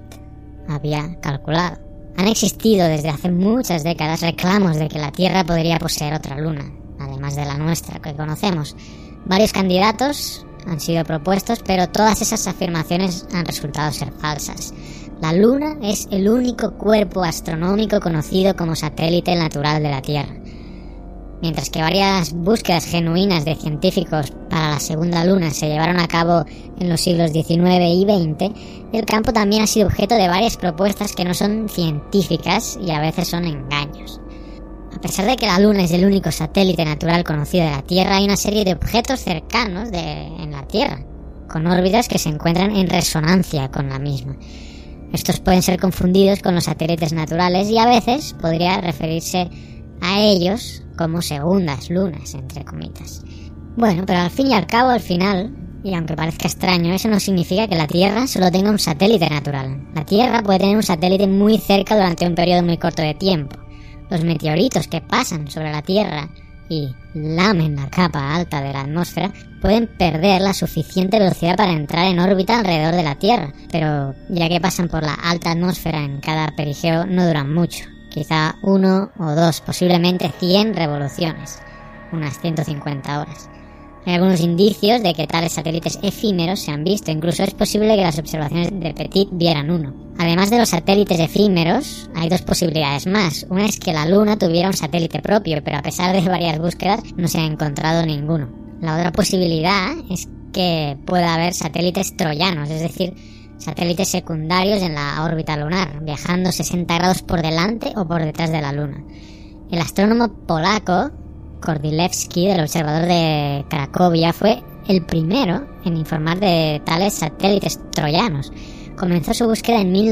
había calculado. Han existido desde hace muchas décadas reclamos de que la Tierra podría poseer otra luna, además de la nuestra que conocemos. Varios candidatos han sido propuestos, pero todas esas afirmaciones han resultado ser falsas. La Luna es el único cuerpo astronómico conocido como satélite natural de la Tierra. Mientras que varias búsquedas genuinas de científicos para la segunda luna se llevaron a cabo en los siglos XIX y XX, el campo también ha sido objeto de varias propuestas que no son científicas y a veces son engaños. A pesar de que la Luna es el único satélite natural conocido de la Tierra, hay una serie de objetos cercanos en la Tierra, con órbitas que se encuentran en resonancia con la misma. Estos pueden ser confundidos con los satélites naturales y a veces podría referirse a ellos como segundas lunas, entre comitas. Bueno, pero al fin y al cabo, al final, y aunque parezca extraño, eso no significa que la Tierra solo tenga un satélite natural. La Tierra puede tener un satélite muy cerca durante un periodo muy corto de tiempo. Los meteoritos que pasan sobre la Tierra y lamen la capa alta de la atmósfera pueden perder la suficiente velocidad para entrar en órbita alrededor de la Tierra, pero ya que pasan por la alta atmósfera en cada perigeo no duran mucho. Quizá 1 o 2, posiblemente 100 revoluciones, unas 150 horas. Hay algunos indicios de que tales satélites efímeros se han visto, incluso es posible que las observaciones de Petit vieran uno. Además de los satélites efímeros, hay 2 posibilidades más. Una es que la Luna tuviera un satélite propio, pero a pesar de varias búsquedas no se ha encontrado ninguno. La otra posibilidad es que pueda haber satélites troyanos, es decir, satélites secundarios en la órbita lunar, viajando 60 grados por delante o por detrás de la Luna. El astrónomo polaco Kordylewski, del observador de Cracovia, fue el primero en informar de tales satélites troyanos. Comenzó su búsqueda en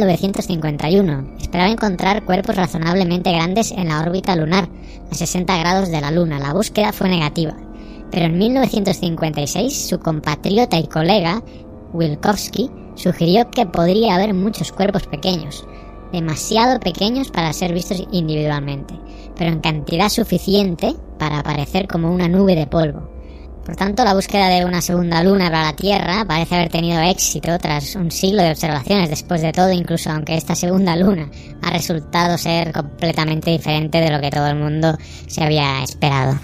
1951. Esperaba encontrar cuerpos razonablemente grandes en la órbita lunar, a 60 grados de la Luna. La búsqueda fue negativa. Pero en 1956, su compatriota y colega, Wilkowski, sugirió que podría haber muchos cuerpos pequeños, demasiado pequeños para ser vistos individualmente, pero en cantidad suficiente para aparecer como una nube de polvo. Por tanto, la búsqueda de una segunda luna para la Tierra parece haber tenido éxito tras un siglo de observaciones. Después de todo, incluso aunque esta segunda luna ha resultado ser completamente diferente de lo que todo el mundo se había esperado.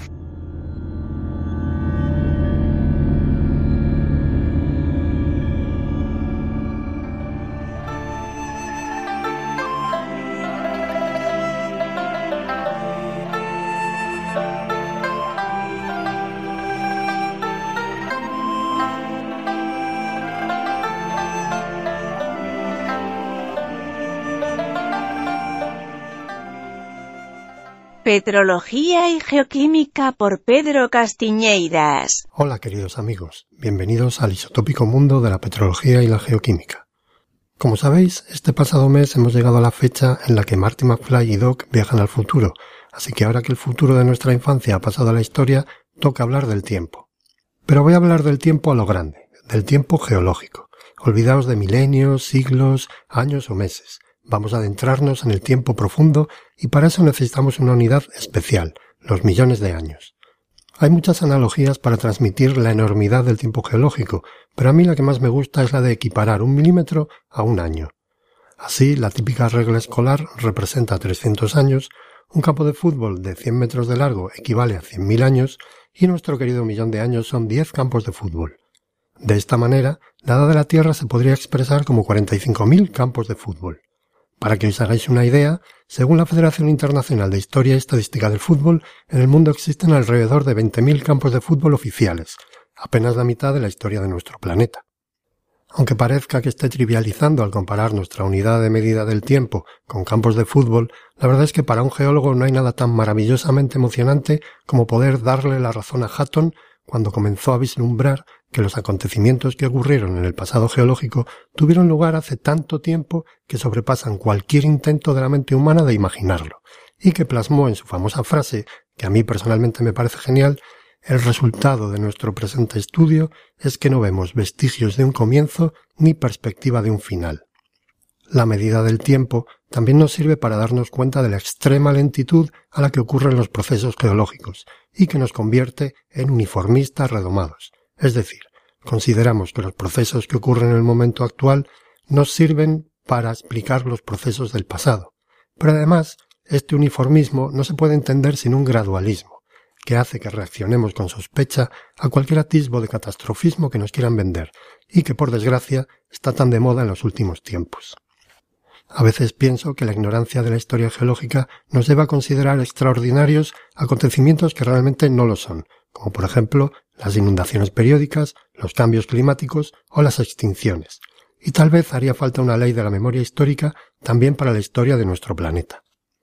Petrología y geoquímica por Pedro Castiñeiras. Hola queridos amigos, bienvenidos al isotópico mundo de la petrología y la geoquímica. Como sabéis, este pasado mes hemos llegado a la fecha en la que Marty McFly y Doc viajan al futuro, así que ahora que el futuro de nuestra infancia ha pasado a la historia, toca hablar del tiempo. Pero voy a hablar del tiempo a lo grande, del tiempo geológico. Olvidaos de milenios, siglos, años o meses. Vamos a adentrarnos en el tiempo profundo y para eso necesitamos una unidad especial, los millones de años. Hay muchas analogías para transmitir la enormidad del tiempo geológico, pero a mí la que más me gusta es la de equiparar 1 milímetro a 1 año. Así, la típica regla escolar representa 300 años, un campo de fútbol de 100 metros de largo equivale a 100.000 años y nuestro querido millón de años son 10 campos de fútbol. De esta manera, la edad de la Tierra se podría expresar como 45.000 campos de fútbol. Para que os hagáis una idea, según la Federación Internacional de Historia y Estadística del Fútbol, en el mundo existen alrededor de 20.000 campos de fútbol oficiales, apenas la mitad de la historia de nuestro planeta. Aunque parezca que esté trivializando al comparar nuestra unidad de medida del tiempo con campos de fútbol, la verdad es que para un geólogo no hay nada tan maravillosamente emocionante como poder darle la razón a Hutton cuando comenzó a vislumbrar que los acontecimientos que ocurrieron en el pasado geológico tuvieron lugar hace tanto tiempo que sobrepasan cualquier intento de la mente humana de imaginarlo, y que plasmó en su famosa frase, que a mí personalmente me parece genial: el resultado de nuestro presente estudio es que no vemos vestigios de un comienzo ni perspectiva de un final. La medida del tiempo también nos sirve para darnos cuenta de la extrema lentitud a la que ocurren los procesos geológicos y que nos convierte en uniformistas redomados. Es decir, consideramos que los procesos que ocurren en el momento actual nos sirven para explicar los procesos del pasado. Pero además, este uniformismo no se puede entender sin un gradualismo, que hace que reaccionemos con sospecha a cualquier atisbo de catastrofismo que nos quieran vender, y que por desgracia está tan de moda en los últimos tiempos. A veces pienso que la ignorancia de la historia geológica nos lleva a considerar extraordinarios acontecimientos que realmente no lo son, como por ejemplo las inundaciones periódicas, los cambios climáticos o las extinciones. Y tal vez haría falta una ley de la memoria histórica también para la historia de nuestro planeta.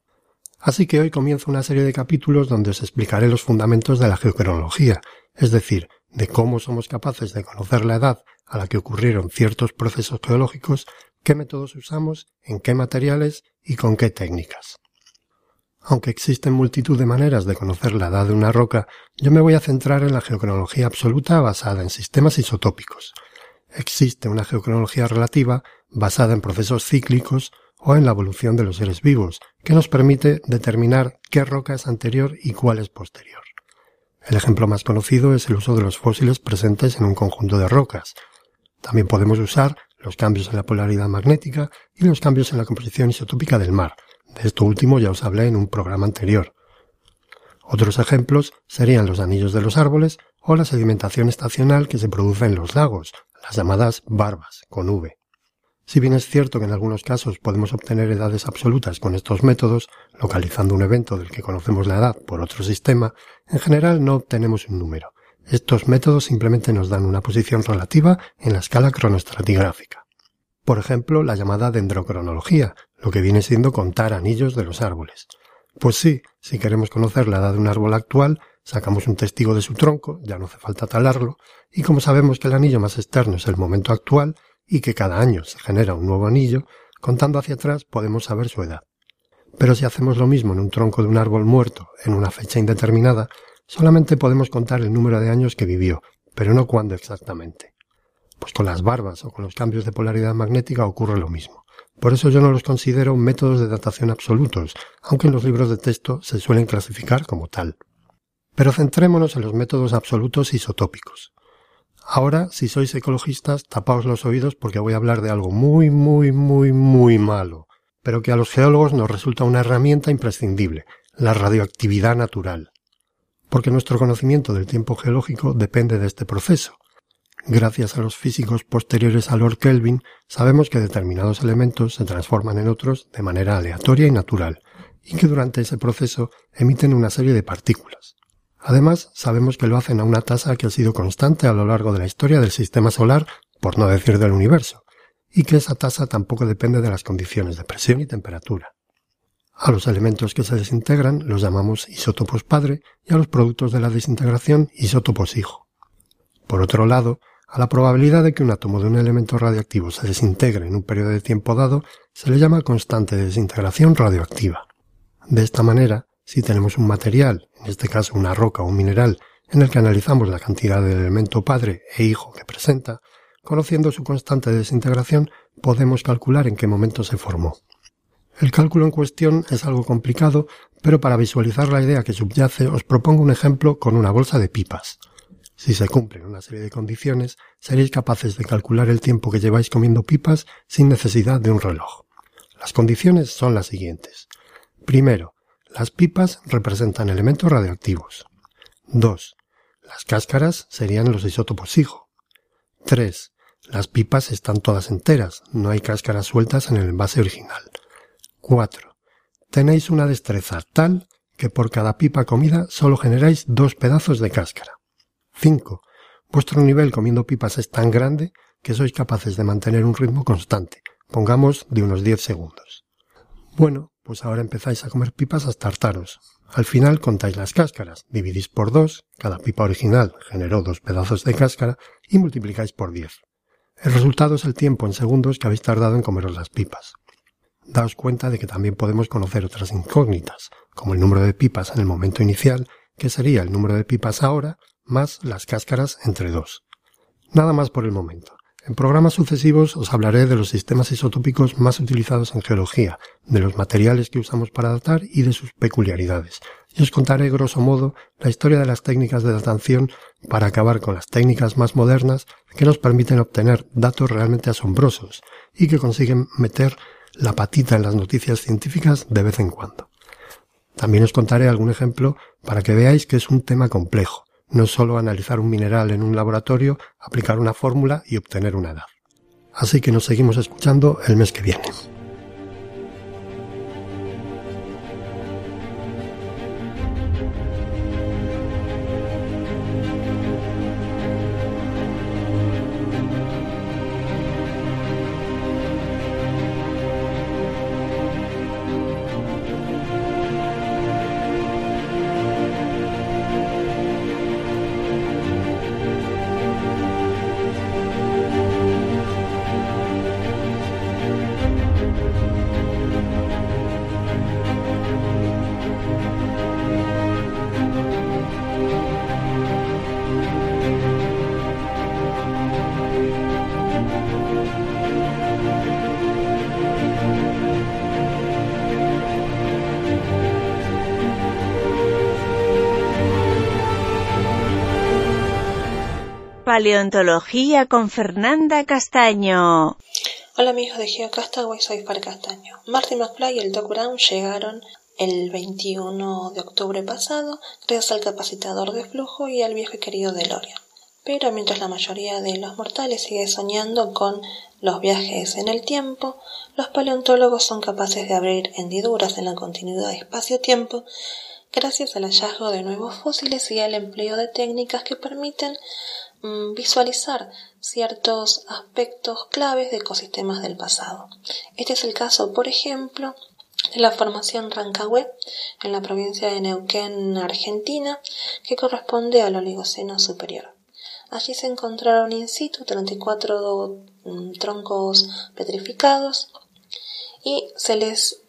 Así que hoy comienzo una serie de capítulos donde os explicaré los fundamentos de la geocronología, es decir, de cómo somos capaces de conocer la edad a la que ocurrieron ciertos procesos geológicos, qué métodos usamos, en qué materiales y con qué técnicas. Aunque existen multitud de maneras de conocer la edad de una roca, yo me voy a centrar en la geocronología absoluta basada en sistemas isotópicos. Existe una geocronología relativa basada en procesos cíclicos o en la evolución de los seres vivos, que nos permite determinar qué roca es anterior y cuál es posterior. El ejemplo más conocido es el uso de los fósiles presentes en un conjunto de rocas. También podemos usar los cambios en la polaridad magnética y los cambios en la composición isotópica del mar. De esto último ya os hablé en un programa anterior. Otros ejemplos serían los anillos de los árboles o la sedimentación estacional que se produce en los lagos, las llamadas barbas, con V. Si bien es cierto que en algunos casos podemos obtener edades absolutas con estos métodos, localizando un evento del que conocemos la edad por otro sistema, en general no obtenemos un número. Estos métodos simplemente nos dan una posición relativa en la escala cronoestratigráfica. Por ejemplo, la llamada dendrocronología, lo que viene siendo contar anillos de los árboles. Pues sí, si queremos conocer la edad de un árbol actual, sacamos un testigo de su tronco, ya no hace falta talarlo, y como sabemos que el anillo más externo es el momento actual, y que cada año se genera un nuevo anillo, contando hacia atrás podemos saber su edad. Pero si hacemos lo mismo en un tronco de un árbol muerto en una fecha indeterminada, solamente podemos contar el número de años que vivió, pero no cuándo exactamente. Pues con las barbas o con los cambios de polaridad magnética ocurre lo mismo. Por eso yo no los considero métodos de datación absolutos, aunque en los libros de texto se suelen clasificar como tal. Pero centrémonos en los métodos absolutos isotópicos. Ahora, si sois ecologistas, tapaos los oídos porque voy a hablar de algo muy malo, pero que a los geólogos nos resulta una herramienta imprescindible, la radioactividad natural. Porque nuestro conocimiento del tiempo geológico depende de este proceso. Gracias a los físicos posteriores a Lord Kelvin, sabemos que determinados elementos se transforman en otros de manera aleatoria y natural, y que durante ese proceso emiten una serie de partículas. Además, sabemos que lo hacen a una tasa que ha sido constante a lo largo de la historia del sistema solar, por no decir del universo, y que esa tasa tampoco depende de las condiciones de presión y temperatura. A los elementos que se desintegran los llamamos isótopos padre y a los productos de la desintegración isótopos hijo. Por otro lado, a la probabilidad de que un átomo de un elemento radioactivo se desintegre en un periodo de tiempo dado se le llama constante de desintegración radioactiva. De esta manera, si tenemos un material, en este caso una roca o un mineral, en el que analizamos la cantidad del elemento padre e hijo que presenta, conociendo su constante de desintegración, podemos calcular en qué momento se formó. El cálculo en cuestión es algo complicado, pero para visualizar la idea que subyace os propongo un ejemplo con una bolsa de pipas. Si se cumplen una serie de condiciones, seréis capaces de calcular el tiempo que lleváis comiendo pipas sin necesidad de un reloj. Las condiciones son las siguientes. Primero, las pipas representan elementos radioactivos. 2. Las cáscaras serían los isótopos hijo. 3. Las pipas están todas enteras, no hay cáscaras sueltas en el envase original. 4. Tenéis una destreza tal que por cada pipa comida solo generáis 2 pedazos de cáscara. 5. Vuestro nivel comiendo pipas es tan grande que sois capaces de mantener un ritmo constante, pongamos de unos 10 segundos. Bueno, pues ahora empezáis a comer pipas hasta hartaros. Al final contáis las cáscaras, dividís por 2, cada pipa original generó 2 pedazos de cáscara y multiplicáis por 10. El resultado es el tiempo en segundos que habéis tardado en comeros las pipas. Daos cuenta de que también podemos conocer otras incógnitas, como el número de pipas en el momento inicial, que sería el número de pipas ahora, más las cáscaras entre 2. Nada más por el momento. En programas sucesivos os hablaré de los sistemas isotópicos más utilizados en geología, de los materiales que usamos para datar y de sus peculiaridades. Y os contaré, grosso modo, la historia de las técnicas de datación para acabar con las técnicas más modernas que nos permiten obtener datos realmente asombrosos y que consiguen meter la patita en las noticias científicas de vez en cuando. También os contaré algún ejemplo para que veáis que es un tema complejo. No es solo analizar un mineral en un laboratorio, aplicar una fórmula y obtener una edad. Así que nos seguimos escuchando el mes que viene. Paleontología con Fernanda Castaño. Hola amigos de GeoCastaway, soy Fer Castaño. Marty McFly y el Doc Brown llegaron el 21 de octubre pasado gracias al capacitador de flujo y al viejo y querido DeLorean. Pero mientras la mayoría de los mortales sigue soñando con los viajes en el tiempo, los paleontólogos son capaces de abrir hendiduras en la continuidad de espacio-tiempo gracias al hallazgo de nuevos fósiles y al empleo de técnicas que permiten visualizar ciertos aspectos claves de ecosistemas del pasado. Este es el caso, por ejemplo, de la formación Rancagüe en la provincia de Neuquén, Argentina, que corresponde al Oligoceno superior. Allí se encontraron in situ 34 troncos petrificados y se les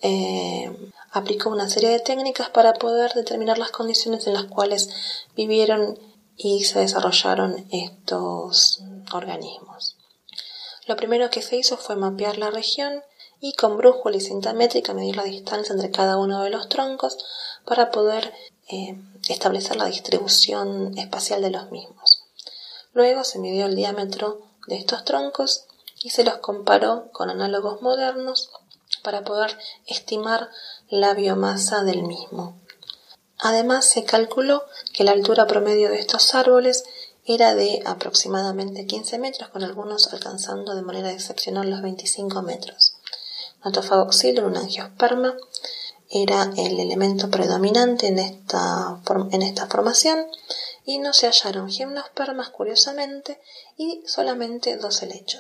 aplicó una serie de técnicas para poder determinar las condiciones en las cuales vivieron y se desarrollaron estos organismos. Lo primero que se hizo fue mapear la región y con brújula y cinta métrica medir la distancia entre cada uno de los troncos para poder establecer la distribución espacial de los mismos. Luego se midió el diámetro de estos troncos y se los comparó con análogos modernos para poder estimar la biomasa del mismo. Además, se calculó que la altura promedio de estos árboles era de aproximadamente 15 metros, con algunos alcanzando de manera excepcional los 25 metros. Notofagoxilo, un angiosperma, era el elemento predominante en esta formación y no se hallaron gimnospermas, curiosamente, y solamente dos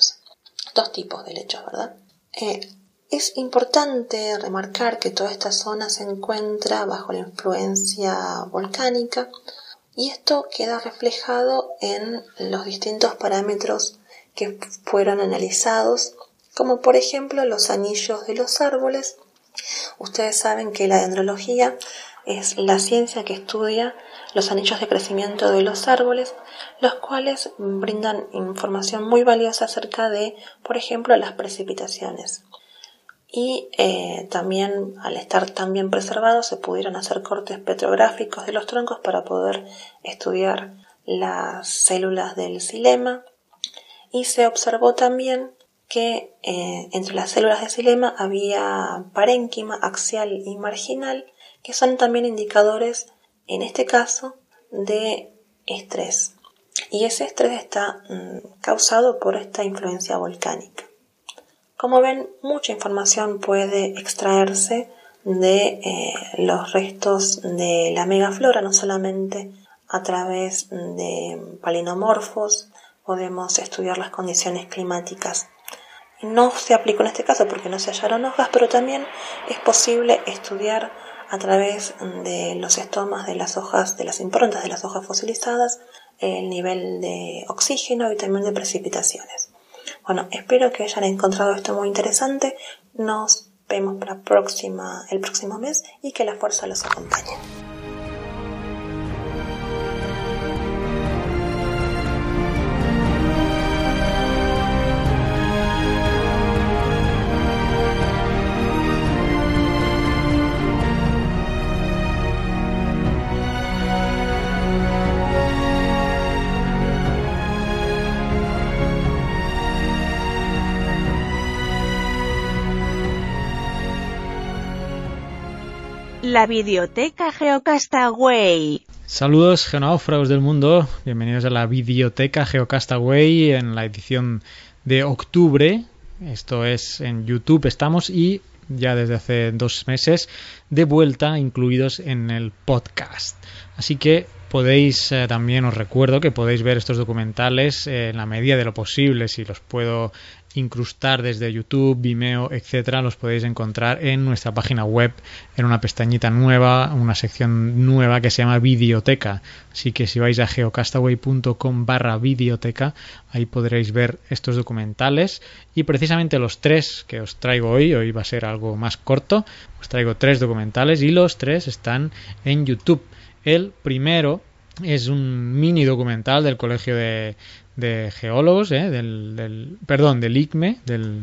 tipos de helechos, ¿verdad? Es importante remarcar que toda esta zona se encuentra bajo la influencia volcánica y esto queda reflejado en los distintos parámetros que fueron analizados, como por ejemplo los anillos de los árboles. Ustedes saben que la dendrología es la ciencia que estudia los anillos de crecimiento de los árboles, los cuales brindan información muy valiosa acerca de, por ejemplo, las precipitaciones. Y también, al estar tan bien preservados, se pudieron hacer cortes petrográficos de los troncos para poder estudiar las células del xilema, y se observó también que entre las células de xilema había parénquima axial y marginal, que son también indicadores, en este caso, de estrés. Y ese estrés está causado por esta influencia volcánica. Como ven, mucha información puede extraerse de los restos de la megaflora, no solamente a través de palinomorfos, podemos estudiar las condiciones climáticas. No se aplicó en este caso porque no se hallaron hojas, pero también es posible estudiar a través de los estomas de las hojas, de las improntas de las hojas fosilizadas, el nivel de oxígeno y también de precipitaciones. Bueno, espero que hayan encontrado esto muy interesante. Nos vemos para el próximo mes y que la fuerza los acompañe. La Videoteca Geocastaway. Saludos geonáufragos del mundo, bienvenidos a la Videoteca Geocastaway en la edición de octubre. Esto es en YouTube estamos y ya desde hace 2 meses de vuelta incluidos en el podcast. Así que podéis, también os recuerdo que podéis ver estos documentales en la medida de lo posible, si los puedo incrustar desde YouTube, Vimeo, etcétera, los podéis encontrar en nuestra página web, en una pestañita nueva, una sección nueva que se llama Videoteca. Así que si vais a geocastaway.com/videoteca, ahí podréis ver estos documentales y precisamente los 3 que os traigo hoy va a ser algo más corto. Os traigo 3 documentales y los 3 están en YouTube. El primero es un mini documental del Colegio de Geólogos, del ICME,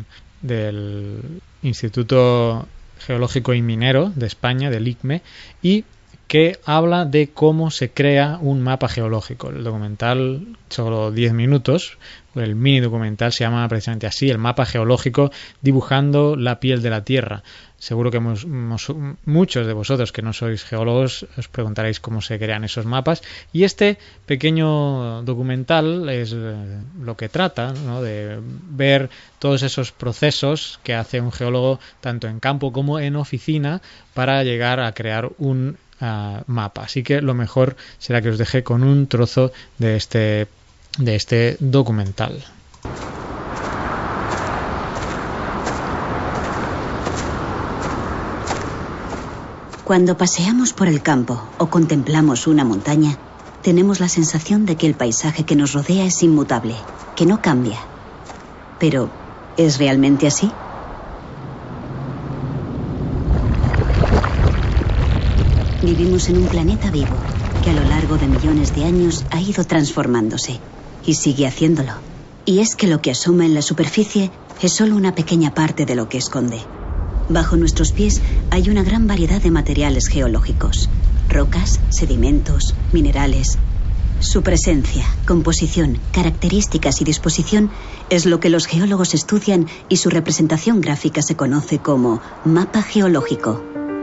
del Instituto Geológico y Minero de España, del ICME, y que habla de cómo se crea un mapa geológico. El documental, solo 10 minutos, el mini documental se llama precisamente así, el mapa geológico dibujando la piel de la Tierra. Seguro que muchos de vosotros que no sois geólogos os preguntaréis cómo se crean esos mapas, y este pequeño documental es lo que trata, ¿no?, de ver todos esos procesos que hace un geólogo tanto en campo como en oficina para llegar a crear un mapa. Así que lo mejor será que os deje con un trozo de este documental. Cuando paseamos por el campo o contemplamos una montaña, tenemos la sensación de que el paisaje que nos rodea es inmutable, que no cambia. Pero, ¿es realmente así? Vivimos en un planeta vivo, que a lo largo de millones de años ha ido transformándose, y sigue haciéndolo. Y es que lo que asoma en la superficie es solo una pequeña parte de lo que esconde. Bajo nuestros pies hay una gran variedad de materiales geológicos. Rocas, sedimentos, minerales. Su presencia, composición, características y disposición es lo que los geólogos estudian y su representación gráfica se conoce como mapa geológico.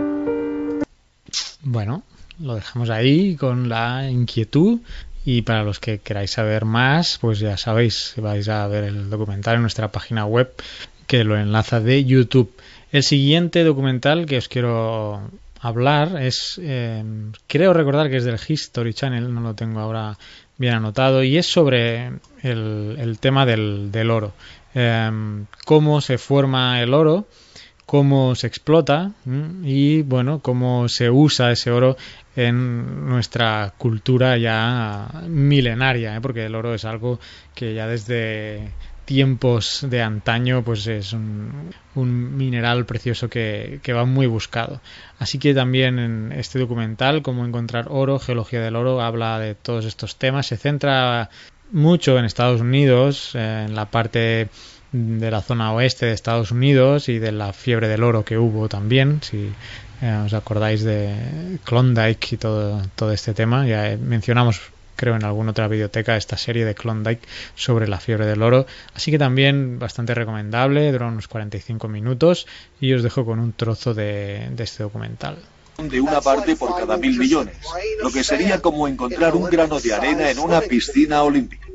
Bueno, lo dejamos ahí con la inquietud. Y para los que queráis saber más, pues ya sabéis, vais a ver el documental en nuestra página web, que lo enlaza de YouTube. El siguiente documental que os quiero hablar es, creo recordar que es del History Channel, no lo tengo ahora bien anotado, y es sobre el tema del oro. Cómo se forma el oro, cómo se explota y, bueno, cómo se usa ese oro en nuestra cultura ya milenaria, porque el oro es algo que ya desde tiempos de antaño pues es un mineral precioso que va muy buscado. Así que también en este documental, Cómo encontrar oro, geología del oro, habla de todos estos temas. Se centra mucho en Estados Unidos, en la parte de la zona oeste de Estados Unidos y de la fiebre del oro que hubo también, si os acordáis de Klondike y todo este tema. Ya mencionamos, creo, en alguna otra videoteca esta serie de Klondike sobre la fiebre del oro, así que también bastante recomendable, dura unos 45 minutos y os dejo con un trozo de este documental. De una parte por cada 1.000 millones, lo que sería como encontrar un grano de arena en una piscina olímpica.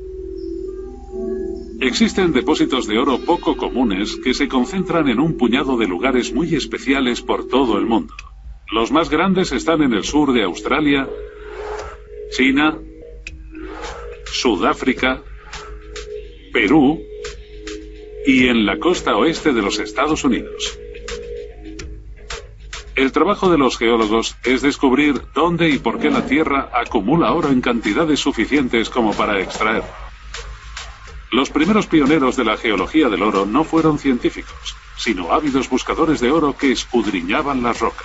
Existen depósitos de oro poco comunes que se concentran en un puñado de lugares muy especiales por todo el mundo. Los más grandes están en el sur de Australia, China, Sudáfrica, Perú y en la costa oeste de los Estados Unidos. El trabajo de los geólogos es descubrir dónde y por qué la Tierra acumula oro en cantidades suficientes como para extraerlo. Los primeros pioneros de la geología del oro no fueron científicos, sino ávidos buscadores de oro que escudriñaban las rocas.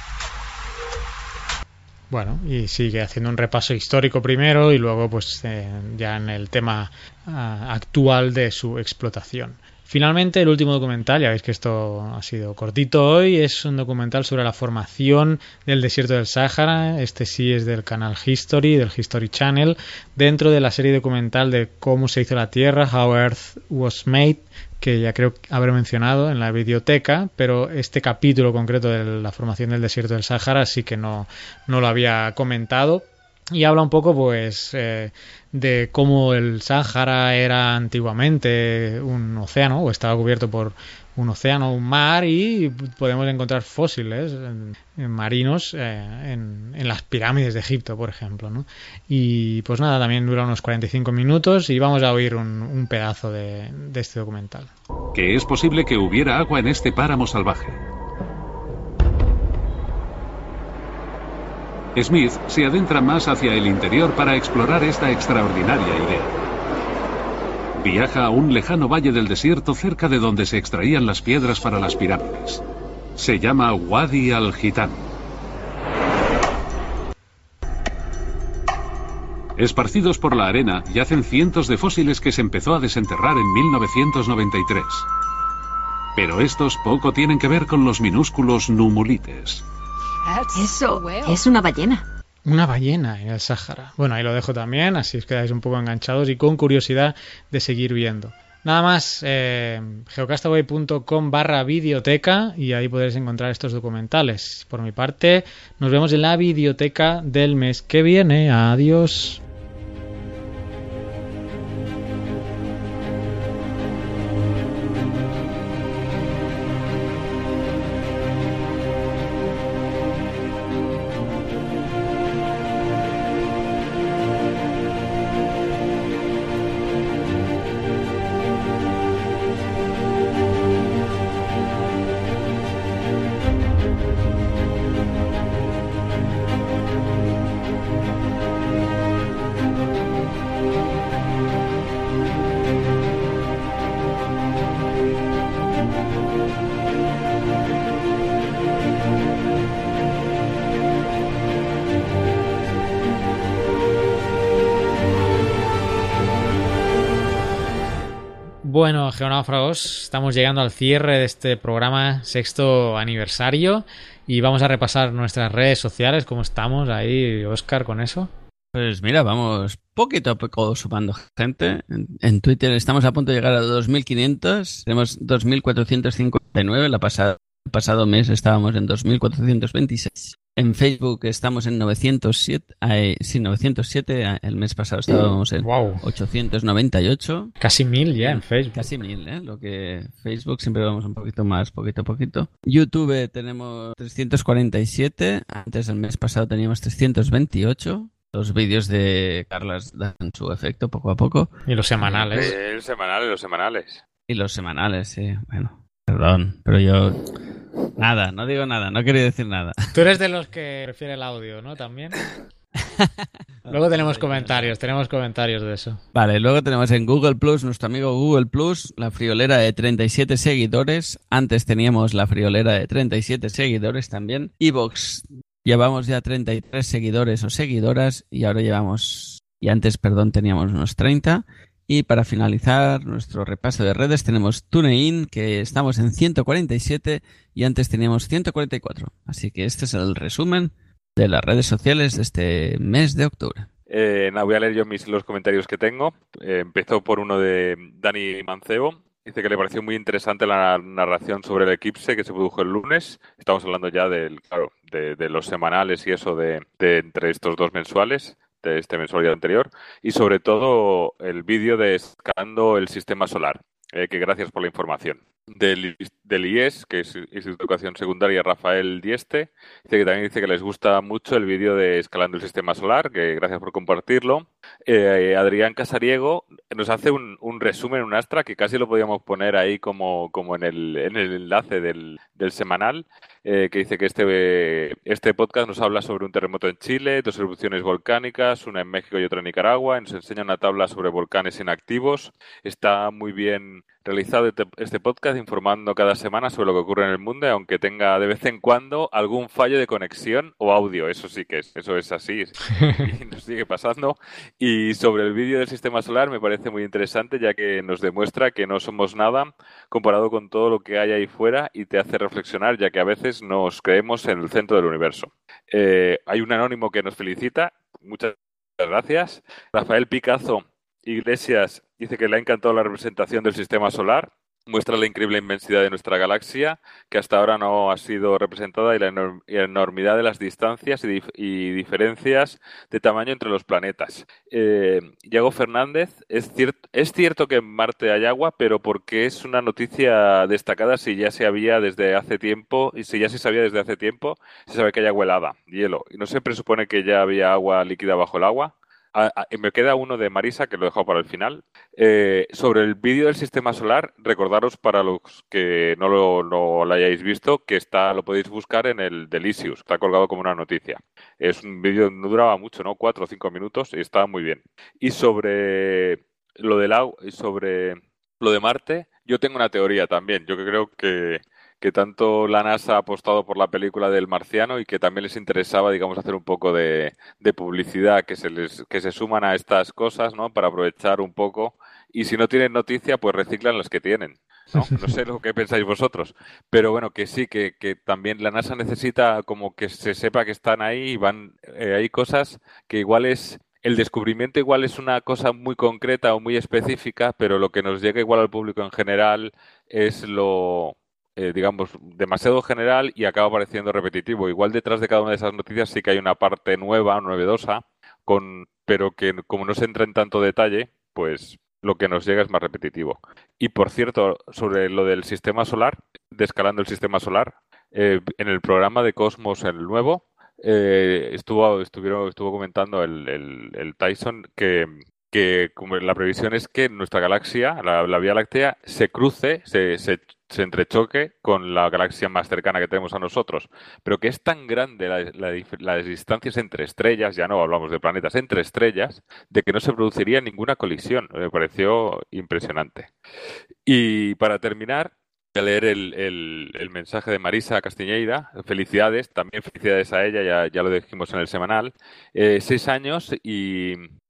Bueno, y sigue haciendo un repaso histórico primero y luego pues ya en el tema actual de su explotación. Finalmente, el último documental, ya veis que esto ha sido cortito hoy, es un documental sobre la formación del desierto del Sáhara. Este sí es del canal History, del History Channel, dentro de la serie documental de cómo se hizo la Tierra, How Earth Was Made, que ya creo haber mencionado en la videoteca, pero este capítulo concreto de la formación del desierto del Sáhara sí que no lo había comentado. Y habla un poco pues de cómo el Sáhara era antiguamente un océano, o estaba cubierto por un océano, un mar, y podemos encontrar fósiles marinos en las pirámides de Egipto, por ejemplo, ¿no? Y pues nada, también dura unos 45 minutos y vamos a oír un pedazo de este documental. Que es posible que hubiera agua en este páramo salvaje. Smith se adentra más hacia el interior para explorar esta extraordinaria idea. Viaja a un lejano valle del desierto cerca de donde se extraían las piedras para las pirámides. Se llama Wadi al-Hitan. Esparcidos por la arena yacen cientos de fósiles que se empezó a desenterrar en 1993. Pero estos poco tienen que ver con los minúsculos numulites. Eso es una ballena. Una ballena en el Sáhara. Bueno, ahí lo dejo también, así os quedáis un poco enganchados y con curiosidad de seguir viendo. Nada más, geocastaway.com/videoteca y ahí podréis encontrar estos documentales. Por mi parte, nos vemos en la videoteca del mes que viene. Adiós. Bueno, geonáufragos, estamos llegando al cierre de este programa 6º aniversario y vamos a repasar nuestras redes sociales. ¿Cómo estamos ahí, Óscar, con eso? Pues mira, vamos poquito a poco sumando gente. En Twitter estamos a punto de llegar a 2.500. Tenemos 2.459. El pasado mes estábamos en 2.426. En Facebook estamos en 907. 907. El mes pasado estábamos en 898. Casi 1.000 ya en Facebook. Casi 1.000, ¿eh? Lo que Facebook siempre vamos un poquito más, poquito a poquito. YouTube tenemos 347. Antes el mes pasado teníamos 328. Los vídeos de Carlas dan su efecto poco a poco. Y los semanales. Los semanales. Y los semanales, sí. Bueno, perdón, pero yo... Nada, no digo nada, no quería decir nada. Tú eres de los que prefiere el audio, ¿no? También. Luego tenemos comentarios de eso. Vale, luego tenemos en Google Plus, nuestro amigo Google Plus, la friolera de 37 seguidores. Antes teníamos la friolera de 37 seguidores también. iVoox, llevamos ya 33 seguidores o seguidoras y ahora llevamos... Y antes, perdón, teníamos unos 30. Y para finalizar nuestro repaso de redes tenemos TuneIn, que estamos en 147 y antes teníamos 144. Así que este es el resumen de las redes sociales de este mes de octubre. Voy a leer yo los comentarios que tengo. Empezó por uno de Dani Mancebo. Dice que le pareció muy interesante la narración sobre el eclipse que se produjo el lunes. Estamos hablando ya de los semanales y eso de entre estos dos mensuales, de este mensual y el anterior, y sobre todo el vídeo de escalando el sistema solar, que gracias por la información. Del IES, que es Instituto de Educación Secundaria, Rafael Dieste, dice que les gusta mucho el vídeo de escalando el sistema solar, que gracias por compartirlo. Adrián Casariego nos hace un resumen, un astra, que casi lo podíamos poner ahí como en el enlace del semanal, que dice que este podcast nos habla sobre un terremoto en Chile, 2 erupciones volcánicas, una en México y otra en Nicaragua, nos enseña una tabla sobre volcanes inactivos. Está muy bien realizado este podcast, informando cada semana sobre lo que ocurre en el mundo, aunque tenga de vez en cuando algún fallo de conexión o audio. Eso es así y nos sigue pasando. Y sobre el vídeo del sistema solar me parece muy interesante, ya que nos demuestra que no somos nada comparado con todo lo que hay ahí fuera y te hace reflexionar, ya que a veces nos creemos en el centro del universo. Hay un anónimo que nos felicita. Muchas gracias. Rafael Picazo Iglesias dice que le ha encantado la representación del sistema solar. Muestra la increíble inmensidad de nuestra galaxia, que hasta ahora no ha sido representada, y la enormidad de las distancias y diferencias de tamaño entre los planetas. Yago Fernández, es cierto que en Marte hay agua, pero porque es una noticia destacada si ya se sabía desde hace tiempo, se sabe que hay agua helada, hielo. Y no se presupone que ya había agua líquida bajo el agua. Me queda uno de Marisa, que lo he dejado para el final. Sobre el vídeo del sistema solar, recordaros, para los que no lo hayáis visto, que lo podéis buscar en el Delicious. Está colgado como una noticia. Es un vídeo, no duraba mucho, ¿no? 4 o 5 minutos y estaba muy bien. Y sobre lo del agua, y sobre lo de Marte, yo tengo una teoría también. Yo creo que tanto la NASA ha apostado por la película del Marciano y que también les interesaba, digamos, hacer un poco de publicidad, que se suman a estas cosas, ¿no? Para aprovechar un poco. Y si no tienen noticia, pues reciclan las que tienen, ¿no? No sé lo que pensáis vosotros, pero bueno, que sí, que también la NASA necesita como que se sepa que están ahí y hay cosas que igual el descubrimiento igual es una cosa muy concreta o muy específica, pero lo que nos llega igual al público en general es digamos, demasiado general y acaba pareciendo repetitivo. Igual detrás de cada una de esas noticias sí que hay una parte nueva, novedosa, pero que como no se entra en tanto detalle, pues lo que nos llega es más repetitivo. Y por cierto, sobre lo del sistema solar, de escalando el sistema solar, en el programa de Cosmos, el nuevo, estuvo comentando el Tyson que como la previsión es que nuestra galaxia, la Vía Láctea, se cruce, se entrechoque con la galaxia más cercana que tenemos a nosotros, pero que es tan grande las distancias entre estrellas, ya no hablamos de planetas, entre estrellas, de que no se produciría ninguna colisión. Me pareció impresionante. Y para terminar, voy a leer el mensaje de Marisa Castiñeira. Felicidades, también felicidades a ella, ya lo dijimos en el semanal. 6 años y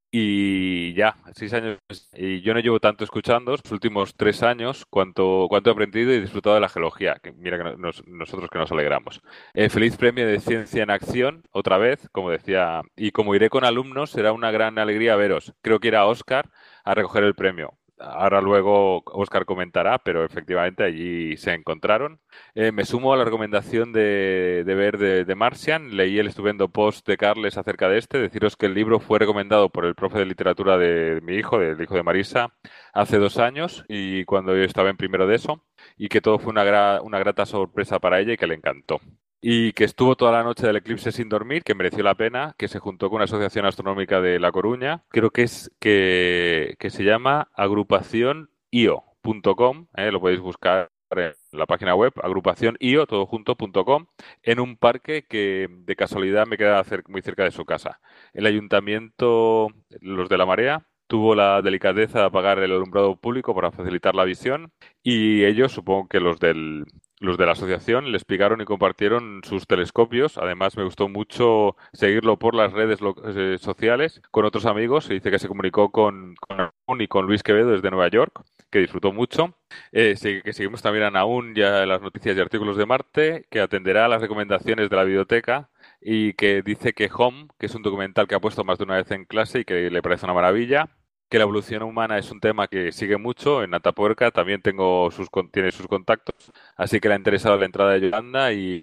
Y ya, 6 años. Y yo no llevo tanto escuchando los últimos 3 años cuánto he aprendido y disfrutado de la geología. Que mira que nosotros que nos alegramos. Feliz premio de Ciencia en Acción, otra vez, como decía. Y como iré con alumnos, será una gran alegría veros. Creo que irá Óscar a recoger el premio. Ahora luego Óscar comentará, pero efectivamente allí se encontraron. Me sumo a la recomendación de ver de Martian. Leí el estupendo post de Carles acerca de este. Deciros que el libro fue recomendado por el profe de literatura de mi hijo, del hijo de Marisa, hace 2 años, y cuando yo estaba en primero de eso, y que todo fue una grata sorpresa para ella y que le encantó. Y que estuvo toda la noche del eclipse sin dormir, que mereció la pena, que se juntó con una asociación astronómica de La Coruña, creo que se llama agrupacionio.com, lo podéis buscar en la página web, agrupacionio, todojunto.com, en un parque que de casualidad me queda muy cerca de su casa. El ayuntamiento, los de La Marea, tuvo la delicadeza de apagar el alumbrado público para facilitar la visión, y ellos, supongo que los de la asociación, le explicaron y compartieron sus telescopios. Además, me gustó mucho seguirlo por las redes sociales con otros amigos. Se dice que se comunicó con Naún y con Luis Quevedo desde Nueva York, que disfrutó mucho. Que seguimos también a Naún ya en las noticias y artículos de Marte, que atenderá a las recomendaciones de la biblioteca y que dice que Home, que es un documental que ha puesto más de una vez en clase y que le parece una maravilla. Que la evolución humana es un tema que sigue mucho. En Atapuerca también tiene sus contactos, así que le ha interesado la entrada de Yolanda y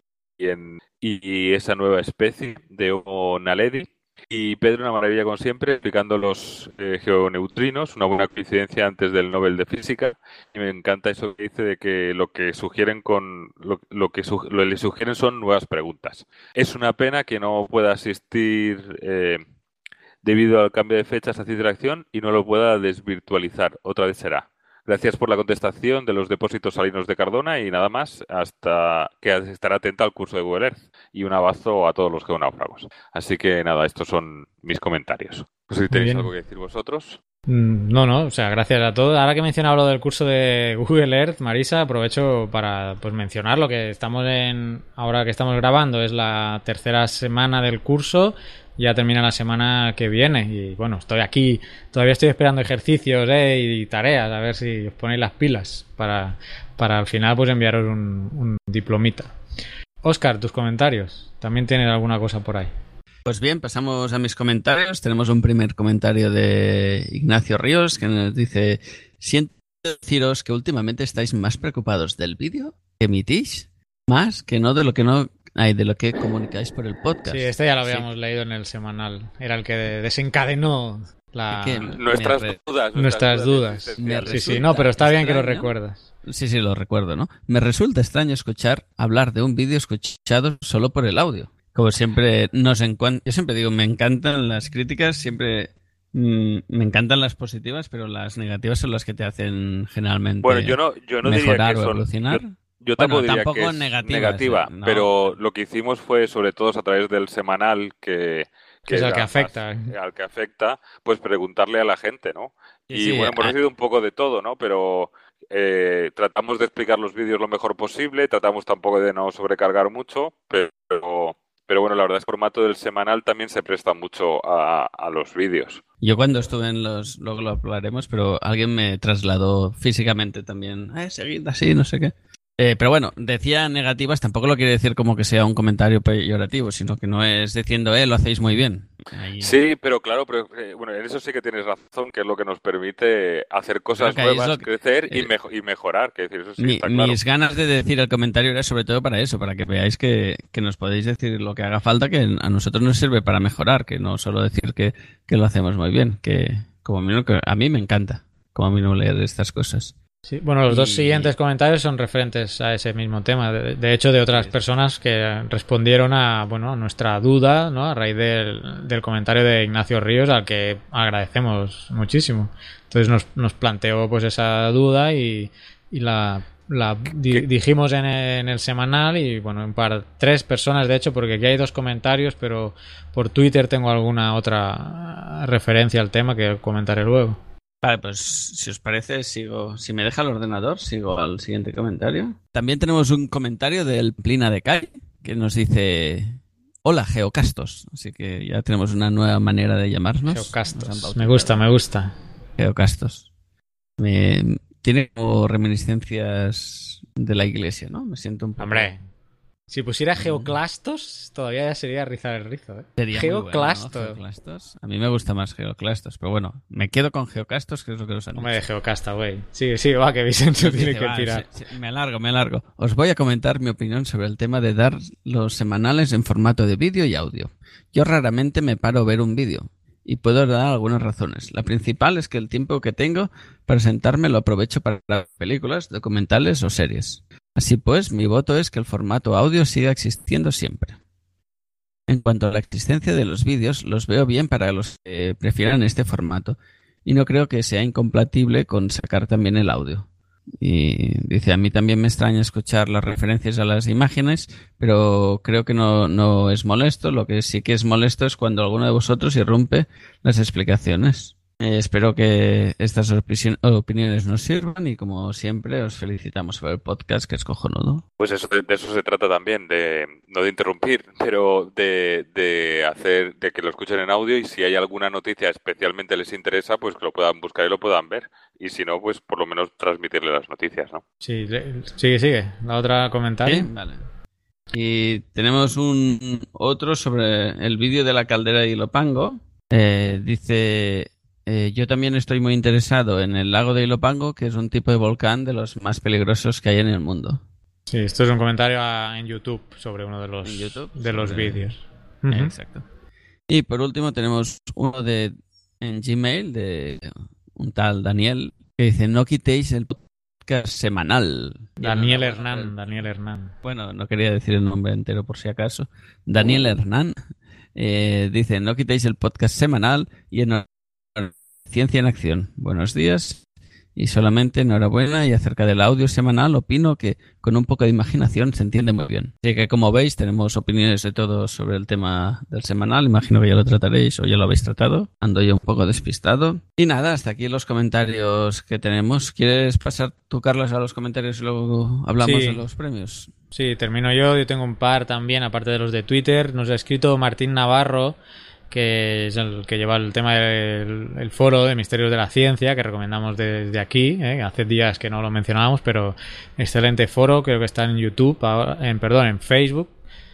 esa nueva especie de Homo naledi. Y Pedro, una maravilla como siempre, explicando los geoneutrinos, una buena coincidencia antes del Nobel de Física. Y me encanta eso que dice de que lo que sugieren lo que le sugieren son nuevas preguntas. Es una pena que no pueda asistir debido al cambio de fechas a Ciencia de Acción y no lo pueda desvirtualizar. Otra vez será. Gracias por la contestación de los depósitos salinos de Cardona y nada más, hasta que estará atenta al curso de Google Earth. Y un abrazo a todos los geonáufragos. Así que nada, estos son mis comentarios. No sé si tenéis algo que decir vosotros. No, o sea, gracias a todos. Ahora que he mencionado lo del curso de Google Earth, Marisa, aprovecho para mencionar lo que ahora que estamos grabando, es la 3ª semana del curso. Ya termina la semana que viene y bueno, estoy aquí, todavía estoy esperando ejercicios y tareas, a ver si os ponéis las pilas para al final pues enviaros un diplomita. Óscar, tus comentarios, ¿también tienes alguna cosa por ahí? Pues bien, pasamos a mis comentarios. Tenemos un primer comentario de Ignacio Ríos que nos dice: siento deciros que últimamente estáis más preocupados del vídeo que emitís, más que no de lo que comunicáis por el podcast. Sí, este ya lo habíamos leído en el semanal. Era el que desencadenó nuestras dudas. Sí, no, pero está bien que lo recuerdas. Sí, lo recuerdo, ¿no? Me resulta extraño escuchar hablar de un vídeo escuchado solo por el audio. Como siempre, yo siempre digo, me encantan las críticas, siempre me encantan las positivas, pero las negativas son las que te hacen generalmente mejorar o evolucionar. Yo tampoco diría que es negativa, no. Pero lo que hicimos fue, sobre todo a través del semanal, que es al que afecta. Al que afecta, pues preguntarle a la gente, ¿no? Y bueno, hemos recibido un poco de todo, ¿no? Pero tratamos de explicar los vídeos lo mejor posible, tratamos tampoco de no sobrecargar mucho, pero bueno, la verdad es que el formato del semanal también se presta mucho a los vídeos. Yo cuando estuve luego lo hablaremos, pero alguien me trasladó físicamente también, seguid así, no sé qué. Pero bueno, decía negativas, tampoco lo quiere decir como que sea un comentario peyorativo, sino que no es diciendo, lo hacéis muy bien. Ahí... Sí, pero claro, bueno, en eso sí que tienes razón, que es lo que nos permite hacer cosas nuevas, crecer y mejorar. Que decir, eso sí está claro. Mis ganas de decir el comentario era sobre todo para eso, para que veáis que nos podéis decir lo que haga falta, que a nosotros nos sirve para mejorar, que no solo decir que lo hacemos muy bien, que como a mí me encanta, como a mí no leer estas cosas. Sí, bueno, los dos siguientes comentarios son referentes a ese mismo tema. De hecho, de otras personas que respondieron a nuestra duda, ¿no? A raíz del comentario de Ignacio Ríos, al que agradecemos muchísimo. Entonces nos planteó pues esa duda y la dijimos en el semanal y bueno, 3 personas de hecho, porque aquí hay 2 comentarios, pero por Twitter tengo alguna otra referencia al tema que comentaré luego. Vale, pues si os parece, si me deja el ordenador, sigo al siguiente comentario. También tenemos un comentario del Plina de Kai, que nos dice: Hola, Geocastos. Así que ya tenemos una nueva manera de llamarnos. Geocastos. Me gusta. Geocastos. Tiene como reminiscencias de la iglesia, ¿no? Me siento un poco... Hombre, si pusiera Geoclastos, todavía ya sería rizar el rizo, ¿eh? Sería Geoclastos. Bueno, ¿no? Geoclastos. A mí me gusta más Geoclastos, pero bueno, me quedo con Geocastos, que es lo que nos han Hombre, de Geocasta, güey. Sí, va, que Vicenzo tiene que tirar. Me alargo. Os voy a comentar mi opinión sobre el tema de dar los semanales en formato de vídeo y audio. Yo raramente me paro a ver un vídeo. Y puedo dar algunas razones. La principal es que el tiempo que tengo para sentarme lo aprovecho para películas, documentales o series. Así pues, mi voto es que el formato audio siga existiendo siempre. En cuanto a la existencia de los vídeos, los veo bien para los que prefieran este formato. Y no creo que sea incompatible con sacar también el audio. Y dice, a mí también me extraña escuchar las referencias a las imágenes, pero creo que no es molesto. Lo que sí que es molesto es cuando alguno de vosotros irrumpe las explicaciones. Espero que estas opiniones nos sirvan y, como siempre, os felicitamos por el podcast, que es cojonudo. Pues eso, de eso se trata también, no de interrumpir, pero de hacer de que lo escuchen en audio, y si hay alguna noticia especialmente les interesa, pues que lo puedan buscar y lo puedan ver. Y si no, pues por lo menos transmitirle las noticias, ¿no? Sí, sigue. La otra comentario. Sí, vale. Y tenemos otro sobre el vídeo de la caldera de Ilopango. Dice... yo también estoy muy interesado en el lago de Ilopango, que es un tipo de volcán de los más peligrosos que hay en el mundo. Sí, esto es un comentario en YouTube sobre uno de los vídeos. Exacto. Y por último tenemos uno en Gmail de un tal Daniel, que dice: no quitéis el podcast semanal. Daniel Hernán. Bueno, no quería decir el nombre entero por si acaso. Daniel Hernán dice: no quitéis el podcast semanal y Ciencia en Acción. Buenos días y solamente enhorabuena, y acerca del audio semanal opino que con un poco de imaginación se entiende muy bien. Así que, como veis, tenemos opiniones de todos sobre el tema del semanal. Imagino que ya lo trataréis o ya lo habéis tratado. Ando yo un poco despistado. Y nada, hasta aquí los comentarios que tenemos. ¿Quieres pasar tú, Carlos, a los comentarios y luego hablamos de los premios? Sí, termino yo. Yo tengo un par también, aparte de los de Twitter. Nos ha escrito Martín Navarro, que es el que lleva el tema del foro de Misterios de la Ciencia, que recomendamos desde aquí. Hace días que no lo mencionábamos, pero excelente foro. Creo que está en YouTube, en Facebook.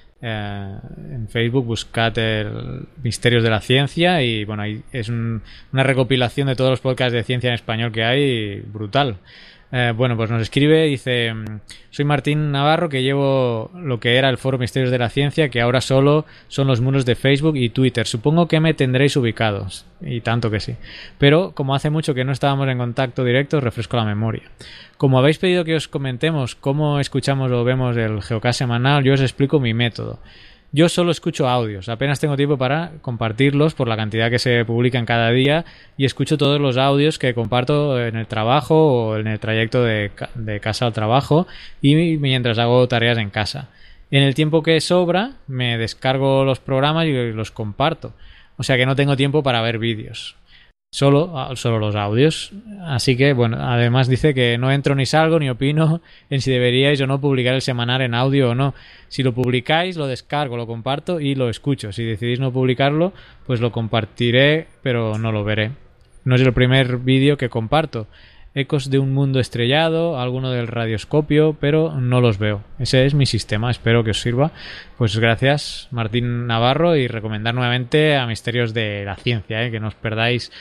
En Facebook buscad el Misterios de la Ciencia, y bueno, ahí es una recopilación de todos los podcasts de ciencia en español que hay, brutal. Bueno, pues nos escribe, dice: soy Martín Navarro, que llevo lo que era el foro Misterios de la Ciencia, que ahora solo son los muros de Facebook y Twitter. Supongo que me tendréis ubicados, y tanto que sí. Pero como hace mucho que no estábamos en contacto directo, os refresco la memoria. Como habéis pedido que os comentemos cómo escuchamos o vemos el Geocast semanal, yo os explico mi método. Yo solo escucho audios, apenas tengo tiempo para compartirlos por la cantidad que se publican cada día, y escucho todos los audios que comparto en el trabajo o en el trayecto de casa al trabajo, y mientras hago tareas en casa. En el tiempo que sobra me descargo los programas y los comparto, o sea que no tengo tiempo para ver vídeos. Solo los audios. Así que, bueno, además dice que no entro ni salgo ni opino en si deberíais o no publicar el semanal en audio o no. Si lo publicáis, lo descargo, lo comparto y lo escucho. Si decidís no publicarlo, pues lo compartiré, pero no lo veré. No es el primer vídeo que comparto. Ecos de un mundo estrellado, alguno del radioscopio, pero no los veo. Ese es mi sistema, espero que os sirva. Pues gracias, Martín Navarro, y recomendar nuevamente a Misterios de la Ciencia, que no os perdáis,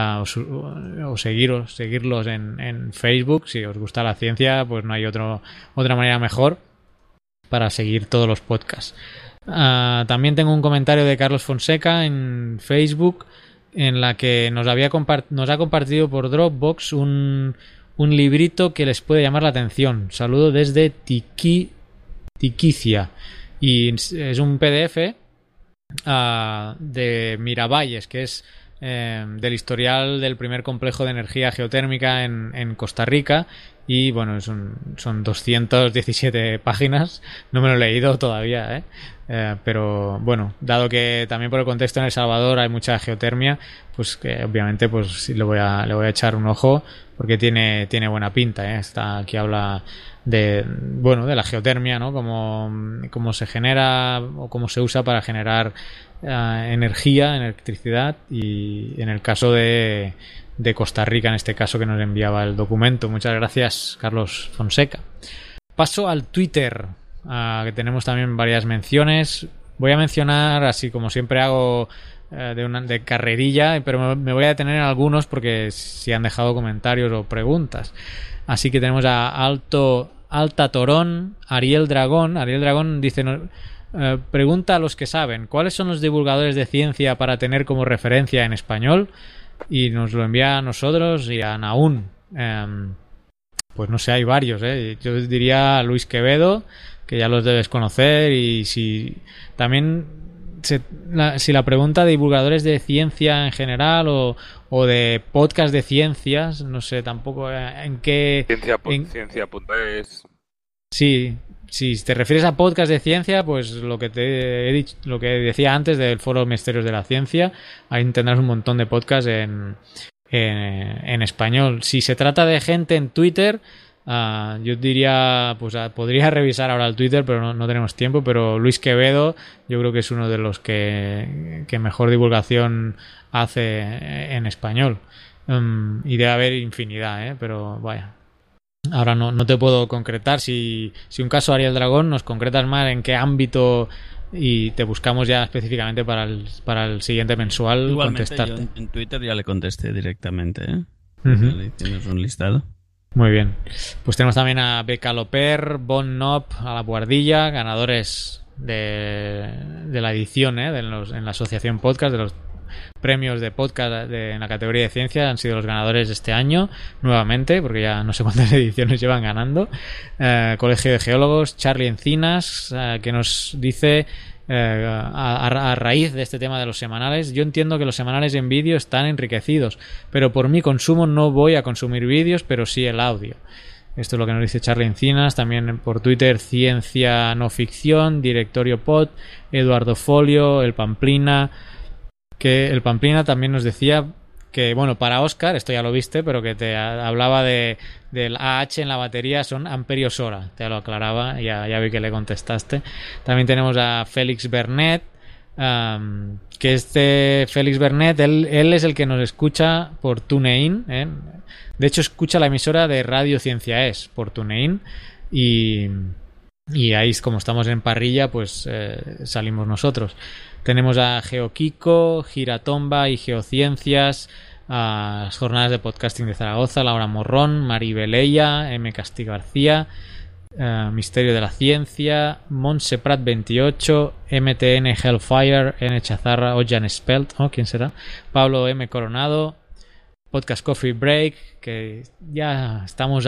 o seguirlos en Facebook. Si os gusta la ciencia, pues no hay otra manera mejor para seguir todos los podcasts. También tengo un comentario de Carlos Fonseca en Facebook, en la que nos ha compartido por Dropbox un librito que les puede llamar la atención. Saludo desde Tiquicia. Y es un PDF de Miravalles, que es del historial del primer complejo de energía geotérmica en Costa Rica. Y bueno, son 217 páginas. No me lo he leído todavía, pero bueno, dado que también por el contexto en El Salvador hay mucha geotermia, pues que obviamente pues sí le voy a echar un ojo, porque tiene buena pinta, Aquí habla la geotermia, ¿no? Cómo se genera o cómo se usa para generar energía, electricidad, y en el caso de Costa Rica, en este caso, que nos enviaba el documento. Muchas gracias, Carlos Fonseca. Paso al Twitter, que tenemos también varias menciones. Voy a mencionar, así como siempre hago, de carrerilla, pero me voy a detener en algunos porque si han dejado comentarios o preguntas. Así que tenemos a Alta Torón, Ariel Dragón. Ariel Dragón dice... pregunta a los que saben, ¿cuáles son los divulgadores de ciencia para tener como referencia en español? Y nos lo envía a nosotros y a Naún. Pues no sé, hay varios, ¿eh? Yo diría a Luis Quevedo, que ya los debes conocer, y si también si la pregunta de divulgadores de ciencia en general o de podcast de ciencias, no sé tampoco en qué... Ciencia.es. Sí. Si te refieres a podcast de ciencia, pues lo que te he dicho, lo que decía antes del Foro Misterios de la Ciencia, ahí tendrás un montón de podcasts en español. Si se trata de gente en Twitter, yo diría, pues podría revisar ahora el Twitter, pero no tenemos tiempo. Pero Luis Quevedo, yo creo que es uno de los que mejor divulgación hace en español. Y debe haber infinidad, pero vaya. Ahora no te puedo concretar. Si un caso Ariel Dragón, nos concretas más en qué ámbito y te buscamos ya específicamente para el siguiente mensual. Igualmente, contestarte. yo en Twitter ya le contesté directamente, Uh-huh. Tienes un listado. Muy bien. Pues tenemos también a Beca Loper, Bon Nop, a la Guardilla, ganadores de la edición en la Asociación Podcast, de los premios de podcast en la categoría de ciencia. Han sido los ganadores de este año nuevamente, porque ya no sé cuántas ediciones llevan ganando. Colegio de Geólogos, Charlie Encinas, que nos dice a raíz de este tema de los semanales: yo entiendo que los semanales en vídeo están enriquecidos, pero por mi consumo no voy a consumir vídeos, pero sí el audio. Esto es lo que nos dice Charlie Encinas. También por Twitter, Ciencia No Ficción, Directorio Pod, Eduardo Folio, El Pamplina, que el Pamplina también nos decía que, bueno, para Óscar, esto ya lo viste, pero que te hablaba del AH en la batería son amperios hora, te lo aclaraba, ya vi que le contestaste. También tenemos a Félix Bernet, que Félix Bernet, él es el que nos escucha por TuneIn, de hecho escucha la emisora de Radio Ciencia Es por TuneIn, y ahí, como estamos en parrilla, pues salimos nosotros. Tenemos a GeoKiko, Giratomba y Geociencias, a las jornadas de podcasting de Zaragoza, Laura Morrón, Mari Beleya, M. Castillo García, Misterio de la Ciencia, Montse Prat 28, MTN Hellfire, N. Chazarra, Ojan Spelt, ¿quién será? Pablo M. Coronado, Podcast Coffee Break, que ya estamos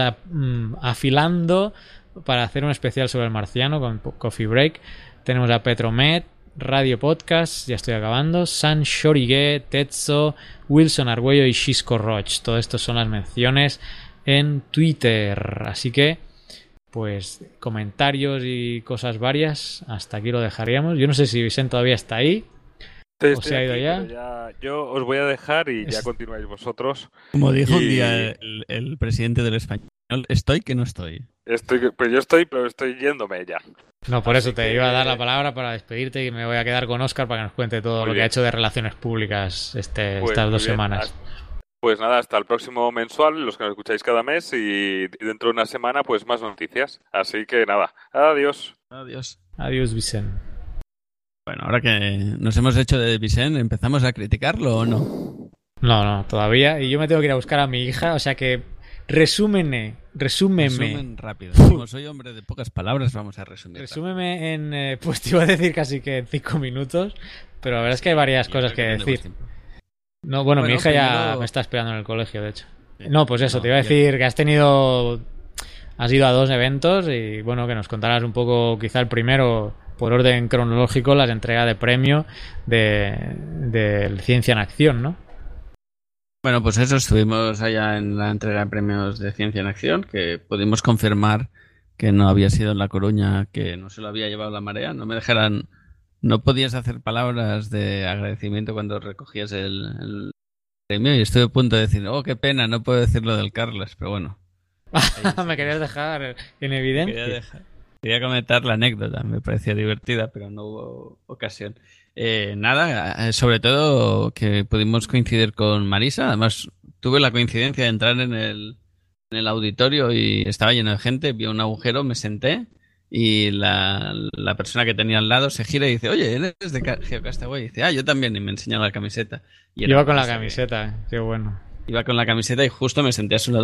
afilando para hacer un especial sobre el marciano con Coffee Break. Tenemos a Petromet, Radio Podcast, ya estoy acabando, San Shorigue, Tetzo, Wilson Argüello y Xisco Roch. Todo esto son las menciones en Twitter. Así que, pues, comentarios y cosas varias, hasta aquí lo dejaríamos. Yo no sé si Vicente todavía está ahí o se ha ido ya. Yo os voy a dejar y ya continuáis vosotros. Como dijo un día el presidente del Español, estoy que no estoy. Pues yo estoy, pero estoy yéndome ya. No, por eso te iba a dar la palabra para despedirte, y me voy a quedar con Óscar para que nos cuente todo lo que ha hecho de relaciones públicas estas 2 semanas. Pues nada, hasta el próximo mensual, los que nos escucháis cada mes, y dentro de una semana pues más noticias. Así que nada, adiós. Adiós, Vicente. Bueno, ahora que nos hemos hecho de Vicente, ¿empezamos a criticarlo o no? No, todavía. Y yo me tengo que ir a buscar a mi hija, o sea que resúmeme. Resumen rápido. Como soy hombre de pocas palabras, vamos a resumir. Resúmeme en, pues te iba a decir casi que en 5 minutos, pero la verdad es que hay varias cosas que decir. No, bueno, mi hija ya me está esperando en el colegio, de hecho. No, pues eso, te iba a decir que has ido a 2 eventos, y bueno, que nos contarás un poco, quizá el primero, por orden cronológico, las entregas de premio de Ciencia en Acción, ¿no? Bueno, pues eso, estuvimos allá en la entrega de premios de Ciencia en Acción, que pudimos confirmar que no había sido en La Coruña, que no se lo había llevado la marea. No podías hacer palabras de agradecimiento cuando recogías el premio, y estuve a punto de decir, qué pena, no puedo decir lo del Carles, pero bueno, Me querías dejar en evidencia. Quería comentar la anécdota, me parecía divertida, pero no hubo ocasión. Nada, sobre todo que pudimos coincidir con Marisa. Además, tuve la coincidencia de entrar en el auditorio y estaba lleno de gente, vi un agujero, me senté y la persona que tenía al lado se gira y dice, oye, ¿eres de GeoCastaway? Y dice, yo también, y me enseña la camiseta. Y iba con la camiseta, qué bueno. Iba con la camiseta y justo me senté a su lado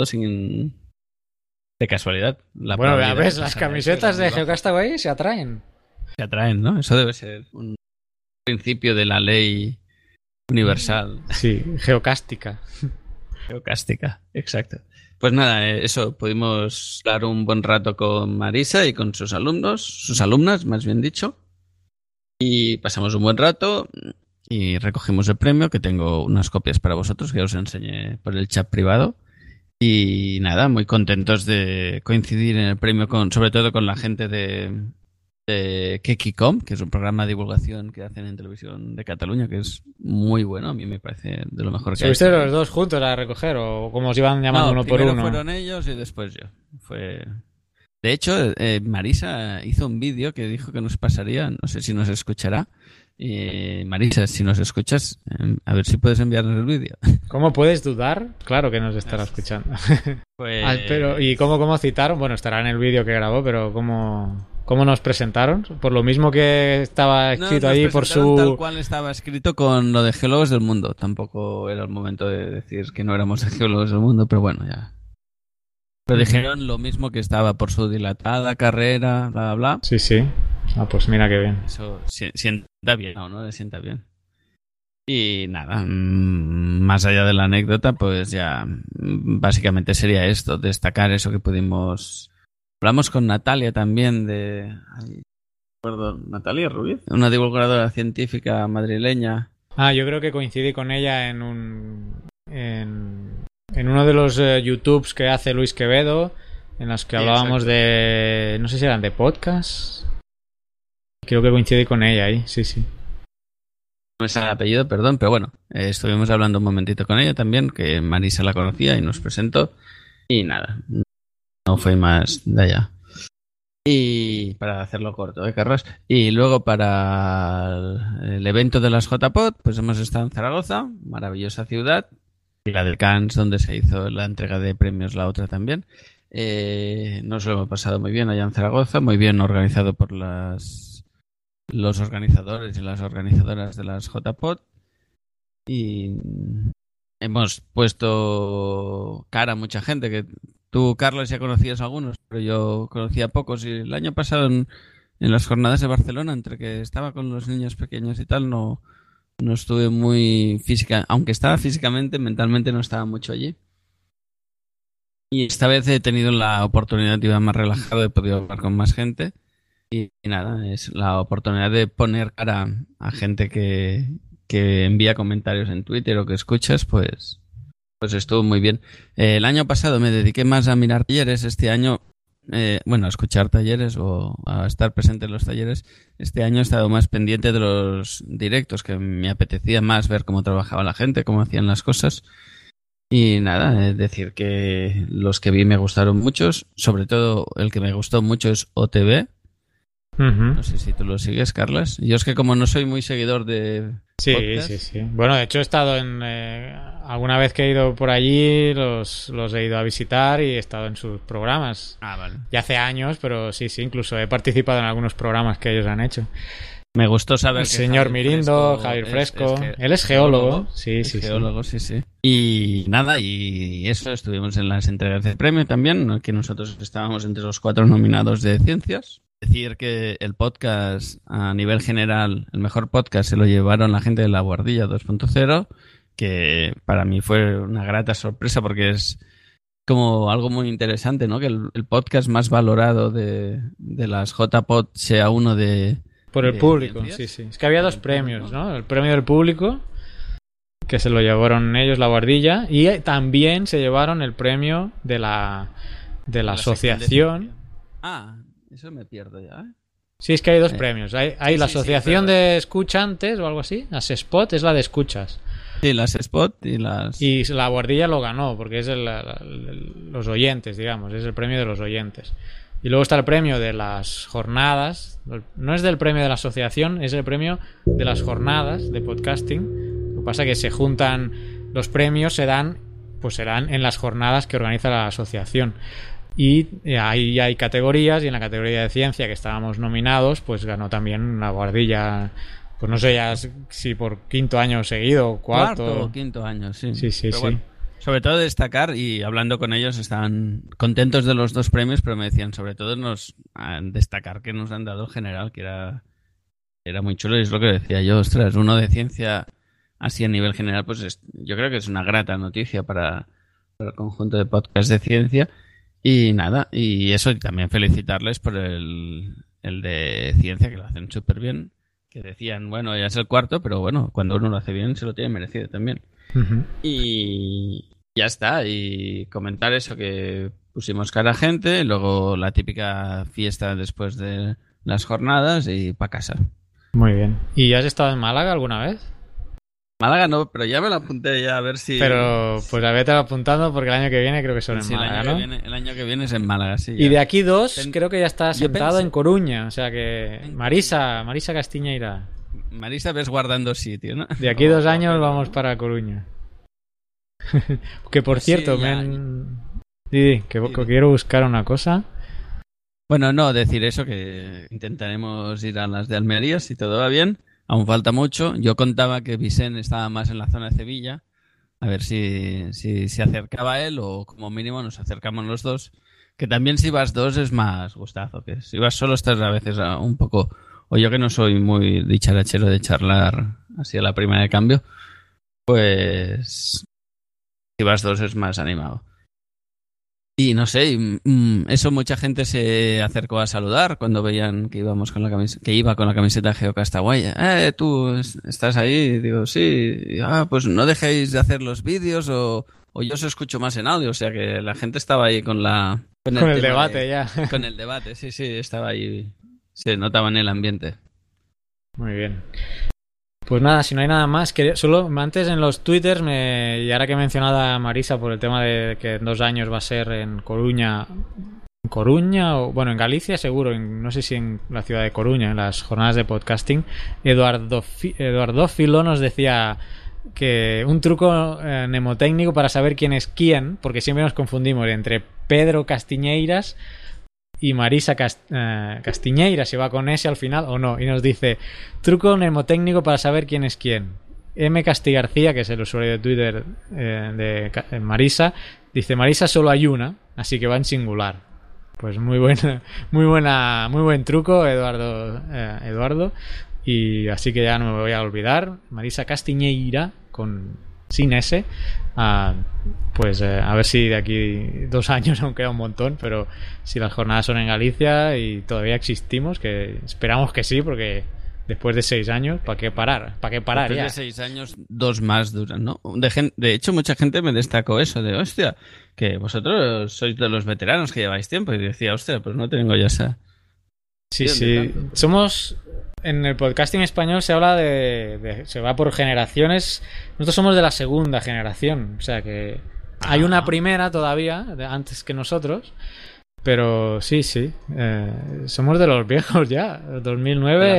de casualidad. Bueno, a ver, las camisetas de GeoCastaway se atraen. Se atraen, ¿no? Eso debe ser un principio de la ley universal. Sí, geocástica. Geocástica, exacto. Pues nada, eso, pudimos dar un buen rato con Marisa y con sus alumnas, más bien dicho. Y pasamos un buen rato y recogimos el premio, que tengo unas copias para vosotros, que os enseñé por el chat privado. Y nada, muy contentos de coincidir en el premio, sobre todo con la gente de Kekicom, que es un programa de divulgación que hacen en Televisión de Cataluña, que es muy bueno, a mí me parece de lo mejor que hay. ¿Subiste los dos juntos a recoger o cómo os iban llamando uno por uno? Primero fueron ellos y después yo. De hecho, Marisa hizo un vídeo que dijo que nos pasaría, no sé si nos escuchará. Marisa, si nos escuchas, a ver si puedes enviarnos el vídeo. ¿Cómo puedes dudar? Claro que nos estará escuchando. Pero, ¿y cómo citaron? Bueno, estará en el vídeo que grabó, pero ¿cómo nos presentaron? Por lo mismo que estaba escrito allí por su... Tal cual estaba escrito con lo de Geólogos del Mundo. Tampoco era el momento de decir que no éramos Geólogos del Mundo, pero bueno, ya. Pero dijeron lo mismo que estaba por su dilatada carrera, bla, bla, bla. Sí. Pues mira qué bien. Eso sienta bien, ¿no? Le sienta bien. Y nada, más allá de la anécdota, pues ya básicamente sería esto, destacar eso que pudimos... Hablamos con Natalia también Natalia Ruiz, una divulgadora científica madrileña. Yo creo que coincidí con ella en uno de los YouTubes que hace Luis Quevedo, en los que hablábamos de... No sé si eran de podcast. Creo que coincidí con ella ahí, sí. No es el apellido, perdón, pero bueno, estuvimos hablando un momentito con ella también, que Marisa la conocía y nos presentó. Y nada, no fue más de allá. Y para hacerlo corto, Carlos. Y luego para el evento de las JPod, pues hemos estado en Zaragoza, maravillosa ciudad. Y la del Cannes, donde se hizo la entrega de premios, la otra también. Nos lo hemos pasado muy bien allá en Zaragoza, muy bien organizado por los organizadores y las organizadoras de las JPod. Y hemos puesto cara a mucha gente, que tú, Carlos, ya conocías a algunos, pero yo conocía a pocos. Y el año pasado en las jornadas de Barcelona, entre que estaba con los niños pequeños y tal, no estuve muy física, aunque estaba físicamente, mentalmente no estaba mucho allí. Y esta vez he tenido la oportunidad, iba más relajado, he podido hablar con más gente. Y nada, es la oportunidad de poner cara a gente que envía comentarios en Twitter o que escuchas, pues estuvo muy bien. El año pasado me dediqué más a mirar talleres. Este año, a escuchar talleres o a estar presente en los talleres. Este año he estado más pendiente de los directos, que me apetecía más ver cómo trabajaba la gente, cómo hacían las cosas. Y nada, es decir que los que vi me gustaron muchos. Sobre todo el que me gustó mucho es OTV. No sé si tú lo sigues, Carlos. Yo es que como no soy muy seguidor de podcast... Sí. Bueno, de hecho he estado alguna vez que he ido por allí, los he ido a visitar y he estado en sus programas. Vale. Ya hace años, pero sí, incluso he participado en algunos programas que ellos han hecho. Me gustó saber el señor Mirindo, Javier Fresco. Él es geólogo. Sí. Geólogo, sí. Y nada, y eso, estuvimos en las entregas de premio también, que nosotros estábamos entre los 4 nominados de ciencias. Decir que el podcast, a nivel general, el mejor podcast se lo llevaron la gente de La Guardilla 2.0, que para mí fue una grata sorpresa porque es como algo muy interesante, ¿no? Que el podcast más valorado de las JPod sea uno de... Por el público, ciencias. Sí. Es que había 2 premios, ¿no? El premio del público, que se lo llevaron ellos, La Guardilla, y también se llevaron el premio de la asociación. Eso me pierdo ya, ¿eh? Sí, es que hay 2 premios. Hay la asociación de escuchantes o algo así. ASESPOT es la de escuchas. Sí, las Spot y las... Y la Guardilla lo ganó, porque es los oyentes, digamos, es el premio de los oyentes. Y luego está el premio de las jornadas, no es del premio de la asociación, es el premio de las jornadas de podcasting. Lo que pasa es que se juntan, los premios serán en las jornadas que organiza la asociación. Y ahí hay categorías, y en la categoría de ciencia que estábamos nominados, pues ganó también la Guardilla, pues no sé ya si por quinto año seguido o cuarto o quinto año, sí. Sí. Bueno, sobre todo destacar, y hablando con ellos, estaban contentos de los dos premios, pero me decían sobre todo destacar que nos han dado el general, que era muy chulo, y es lo que decía yo, ostras, uno de ciencia así a nivel general, pues yo creo que es una grata noticia para el conjunto de podcasts de ciencia. Y nada, y eso, y también felicitarles por el de ciencia, que lo hacen súper bien, que decían, bueno, ya es el cuarto, pero bueno, cuando uno lo hace bien se lo tiene merecido también. Uh-huh. Y ya está, y comentar eso, que pusimos cara a gente, luego la típica fiesta después de las jornadas y para casa. Muy bien. ¿Y has estado en Málaga alguna vez? Málaga no, pero ya me lo apunté ya a ver si... Pero pues habéte apuntado porque el año que viene creo que son en Málaga, ¿no? El año que viene es en Málaga, sí. Y de aquí creo que ya está sentado en Coruña, o sea que... Marisa Castiñeira. Marisa ves guardando sitio, ¿no? De aquí 2 años vamos para Coruña. Que por cierto, que quiero buscar una cosa. Bueno, no, decir eso, que intentaremos ir a las de Almería si todo va bien. Aún falta mucho. Yo contaba que Vicente estaba más en la zona de Sevilla. A ver si se acercaba él o como mínimo nos acercamos los dos. Que también si vas dos es más gustazo. Que si vas solo estás a veces un poco... O yo que no soy muy dicharachero de charlar así a la primera de cambio, pues si vas dos es más animado. Y no sé, eso mucha gente se acercó a saludar cuando veían que íbamos con la camiseta, que iba con la camiseta GeoCastaway. Tú estás ahí, digo, sí, pues no dejéis de hacer los vídeos o yo os escucho más en audio, o sea que la gente estaba ahí con el debate ya. Con el debate, sí, estaba ahí, se notaba en el ambiente. Muy bien. Pues nada, si no hay nada más, solo antes en los twitters, y ahora que he mencionado a Marisa por el tema de que en 2 años va a ser en Coruña o bueno, en Galicia seguro, no sé si en la ciudad de Coruña, en las jornadas de podcasting, Eduardo Filo nos decía que un truco mnemotécnico para saber quién es quién, porque siempre nos confundimos entre Pedro Castiñeiras y Marisa Castiñeira, si va con S al final o no, y nos dice truco mnemotécnico para saber quién es quién. M. Castigarcía, que es el usuario de Twitter de Marisa, dice Marisa solo hay una, así que va en singular. Pues muy buen truco, Eduardo, y así que ya no me voy a olvidar. Marisa Castiñeira sin S. Pues a ver si de aquí 2 años aún queda un montón, pero si las jornadas son en Galicia y todavía existimos, que esperamos que sí, porque después de 6 años, ¿para qué parar? Después ya? De 6 años, 2 más duran, ¿no? De hecho, mucha gente me destacó eso de, hostia, que vosotros sois de los veteranos que lleváis tiempo, y decía, hostia, pues no tengo ya esa... Sí. Somos... En el podcasting español se habla se va por generaciones. Nosotros somos de la segunda generación, o sea que hay una primera todavía, antes que nosotros, pero sí, somos de los viejos ya. El 2009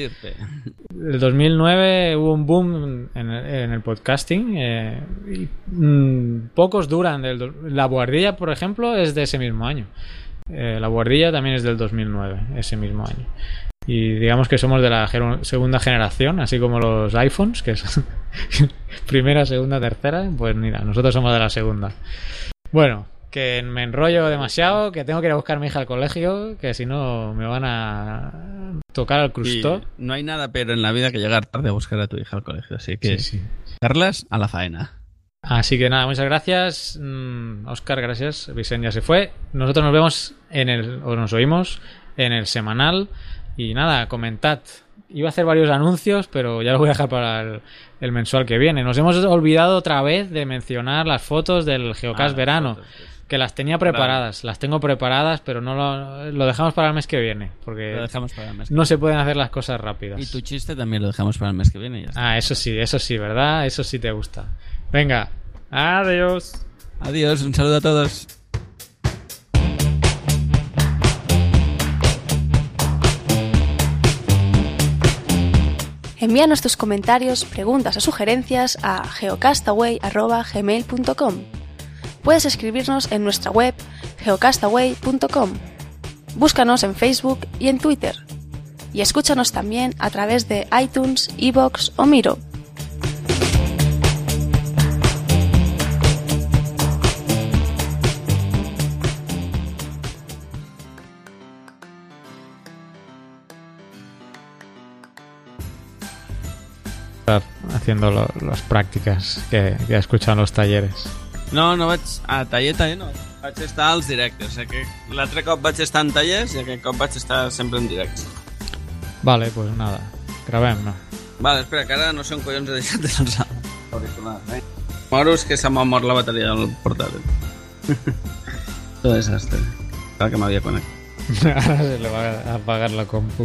el 2009 hubo un boom en el podcasting, y pocos duran. La Guardilla, por ejemplo, es de ese mismo año. La Guardilla también es del 2009, ese mismo año. Y digamos que somos de la segunda generación, así como los iPhones, que es primera, segunda, tercera. Pues mira, nosotros somos de la segunda. Bueno, que me enrollo demasiado, que tengo que ir a buscar a mi hija al colegio, que si no me van a tocar al crustó. No hay nada peor en la vida que llegar tarde a buscar a tu hija al colegio, así que Carlas, a la faena. Así que nada, muchas gracias, Óscar, gracias. Vicente ya se fue. Nosotros nos vemos nos oímos en el semanal. Y nada, comentad. Iba a hacer varios anuncios, pero ya lo voy a dejar para el mensual que viene. Nos hemos olvidado otra vez de mencionar las fotos del Geocast verano. Que las tenía preparadas, las tengo preparadas, pero no lo dejamos para el mes que viene, porque lo dejamos para el mes que no se pueden hacer las cosas rápidas. Y tu chiste también lo dejamos para el mes que viene. Y ya está. Eso sí, ¿verdad? Eso sí te gusta. Venga, adiós. Adiós, un saludo a todos. Envíanos tus comentarios, preguntas o sugerencias a geocastaway@gmail.com. Puedes escribirnos en nuestra web geocastaway.com. Búscanos en Facebook y en Twitter. Y escúchanos también a través de iTunes, iVoox o Miro. Haciendo las prácticas que he escuchado en los talleres. No vaig... A taller no. Vaig estar als directes. O sigui que l'altre cop vaig estar en tallers i aquest cop vaig estar sempre en directe. Vale, pues nada. Gravem, no? Vale, espera, que ara no sé on collons he deixat els auriculars. Moros que se m'ha mort la bateria del portàtil. Todo desastre. Claro que m'havia connectat. Ahora se le va a apagar la compu.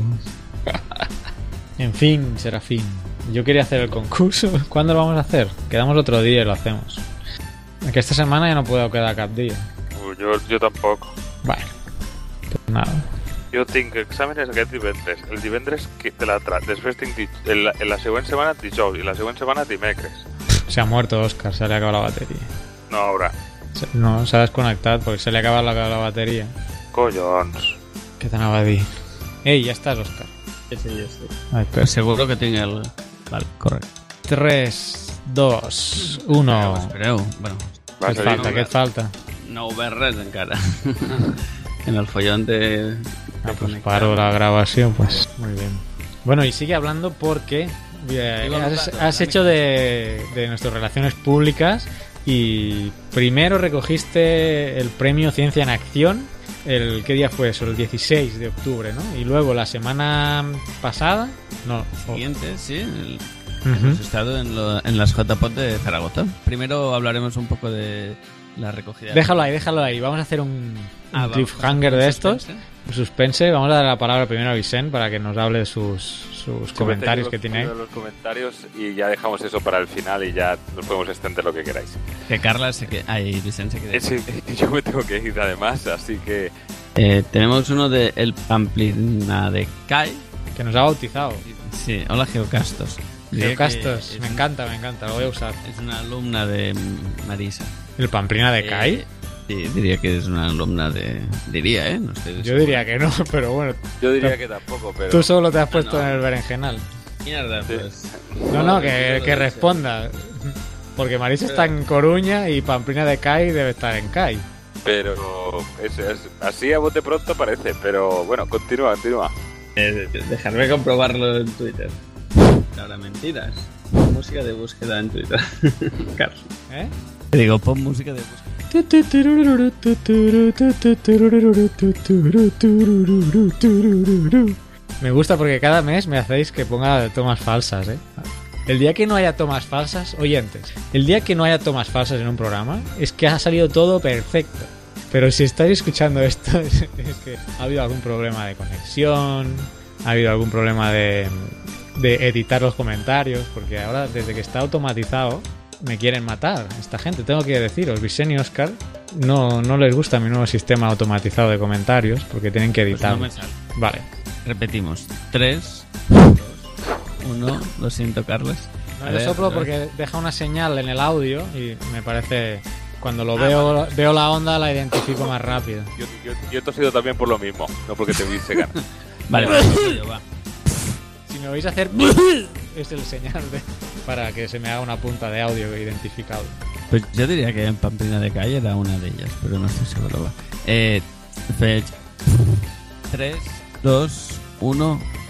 En fin, Serafín. Yo quería hacer el concurso. ¿Cuándo lo vamos a hacer? Quedamos otro día y lo hacemos. Que esta setmana ja no podeu quedar cap dia. Jo tampoc. Bueno, pues nada. Jo tinc exàmenes aquest divendres. El divendres de l'altre. Després tinc la següent setmana dijous i la següent setmana dimecres. Se ha muerto Oscar, se le acaba la batería. No haurà. No, se ha desconectat porque se le acaba la batería. Collons. Què t'anava a dir? Ei, ja estàs, Oscar. Sí, ja estic. Ai, però... Seguro que tinc el... Vale, correcte. 3, 2, 1... Espereu. Bueno, què et falta? No he obert res encara. En el follón de pues paro la grabación, pues. Muy bien. Bueno, y sigue hablando porque has hecho de nuestras relaciones públicas y primero recogiste el premio Ciencia en Acción. ¿Qué día fue eso? El 16 de octubre, ¿no? Y luego la semana pasada... No. Siguiente, sí. Hemos estado en las JPOT de Zaragoza. Primero hablaremos un poco de la recogida. Déjalo ahí. Vamos a hacer un cliffhanger de estos. Suspense. Vamos a dar la palabra primero a Vicent para que nos hable de sus comentarios que tiene ahí. Los comentarios y ya dejamos eso para el final y ya nos podemos extender lo que queráis. Que Carla Vicent se quede. Sí, yo me tengo que ir además, así que... tenemos uno de El Pamplina de Kai. Que nos ha bautizado. Sí, hola Geocastos. Geocastos, me encanta, lo voy a usar. Es una alumna de Marisa. ¿El Pamplina de Kai? Sí, diría que es una alumna de... Diría, no estoy Yo diría que no, pero bueno. Yo diría que tampoco, pero... Tú solo te has puesto en el berenjenal. Mierda, pues... No, que responda. Porque Marisa está en Coruña y Pamplina de Kai debe estar en Kai. Pero así a bote pronto parece, pero bueno, continúa. Dejarme comprobarlo en Twitter. Ahora mentiras. Música de búsqueda en Twitter. Carlos. Te digo, pon música de búsqueda. Me gusta porque cada mes me hacéis que ponga tomas falsas, El día que no haya tomas falsas, oyentes, el día que no haya tomas falsas en un programa es que ha salido todo perfecto. Pero si estáis escuchando esto es que ha habido algún problema de conexión, ha habido algún problema de editar los comentarios, porque ahora desde que está automatizado me quieren matar esta gente. Tengo que deciros, Vicent y Oscar no les gusta mi nuevo sistema automatizado de comentarios porque tienen que editar. Pues no me sale. Vale. Repetimos. 3, 2, 1. Lo siento, Carlos. No, yo soplo porque deja una señal en el audio y me parece... Cuando lo veo la onda la identifico más rápido. Yo he tosido también por lo mismo, no porque te hubiese ganado. Vale, va. Si me vais a hacer... es el señal para que se me haga una punta de audio identificado. Pues yo diría que en Pamplina de Calle era una de ellas, pero no estoy seguro. 3, 2, 1...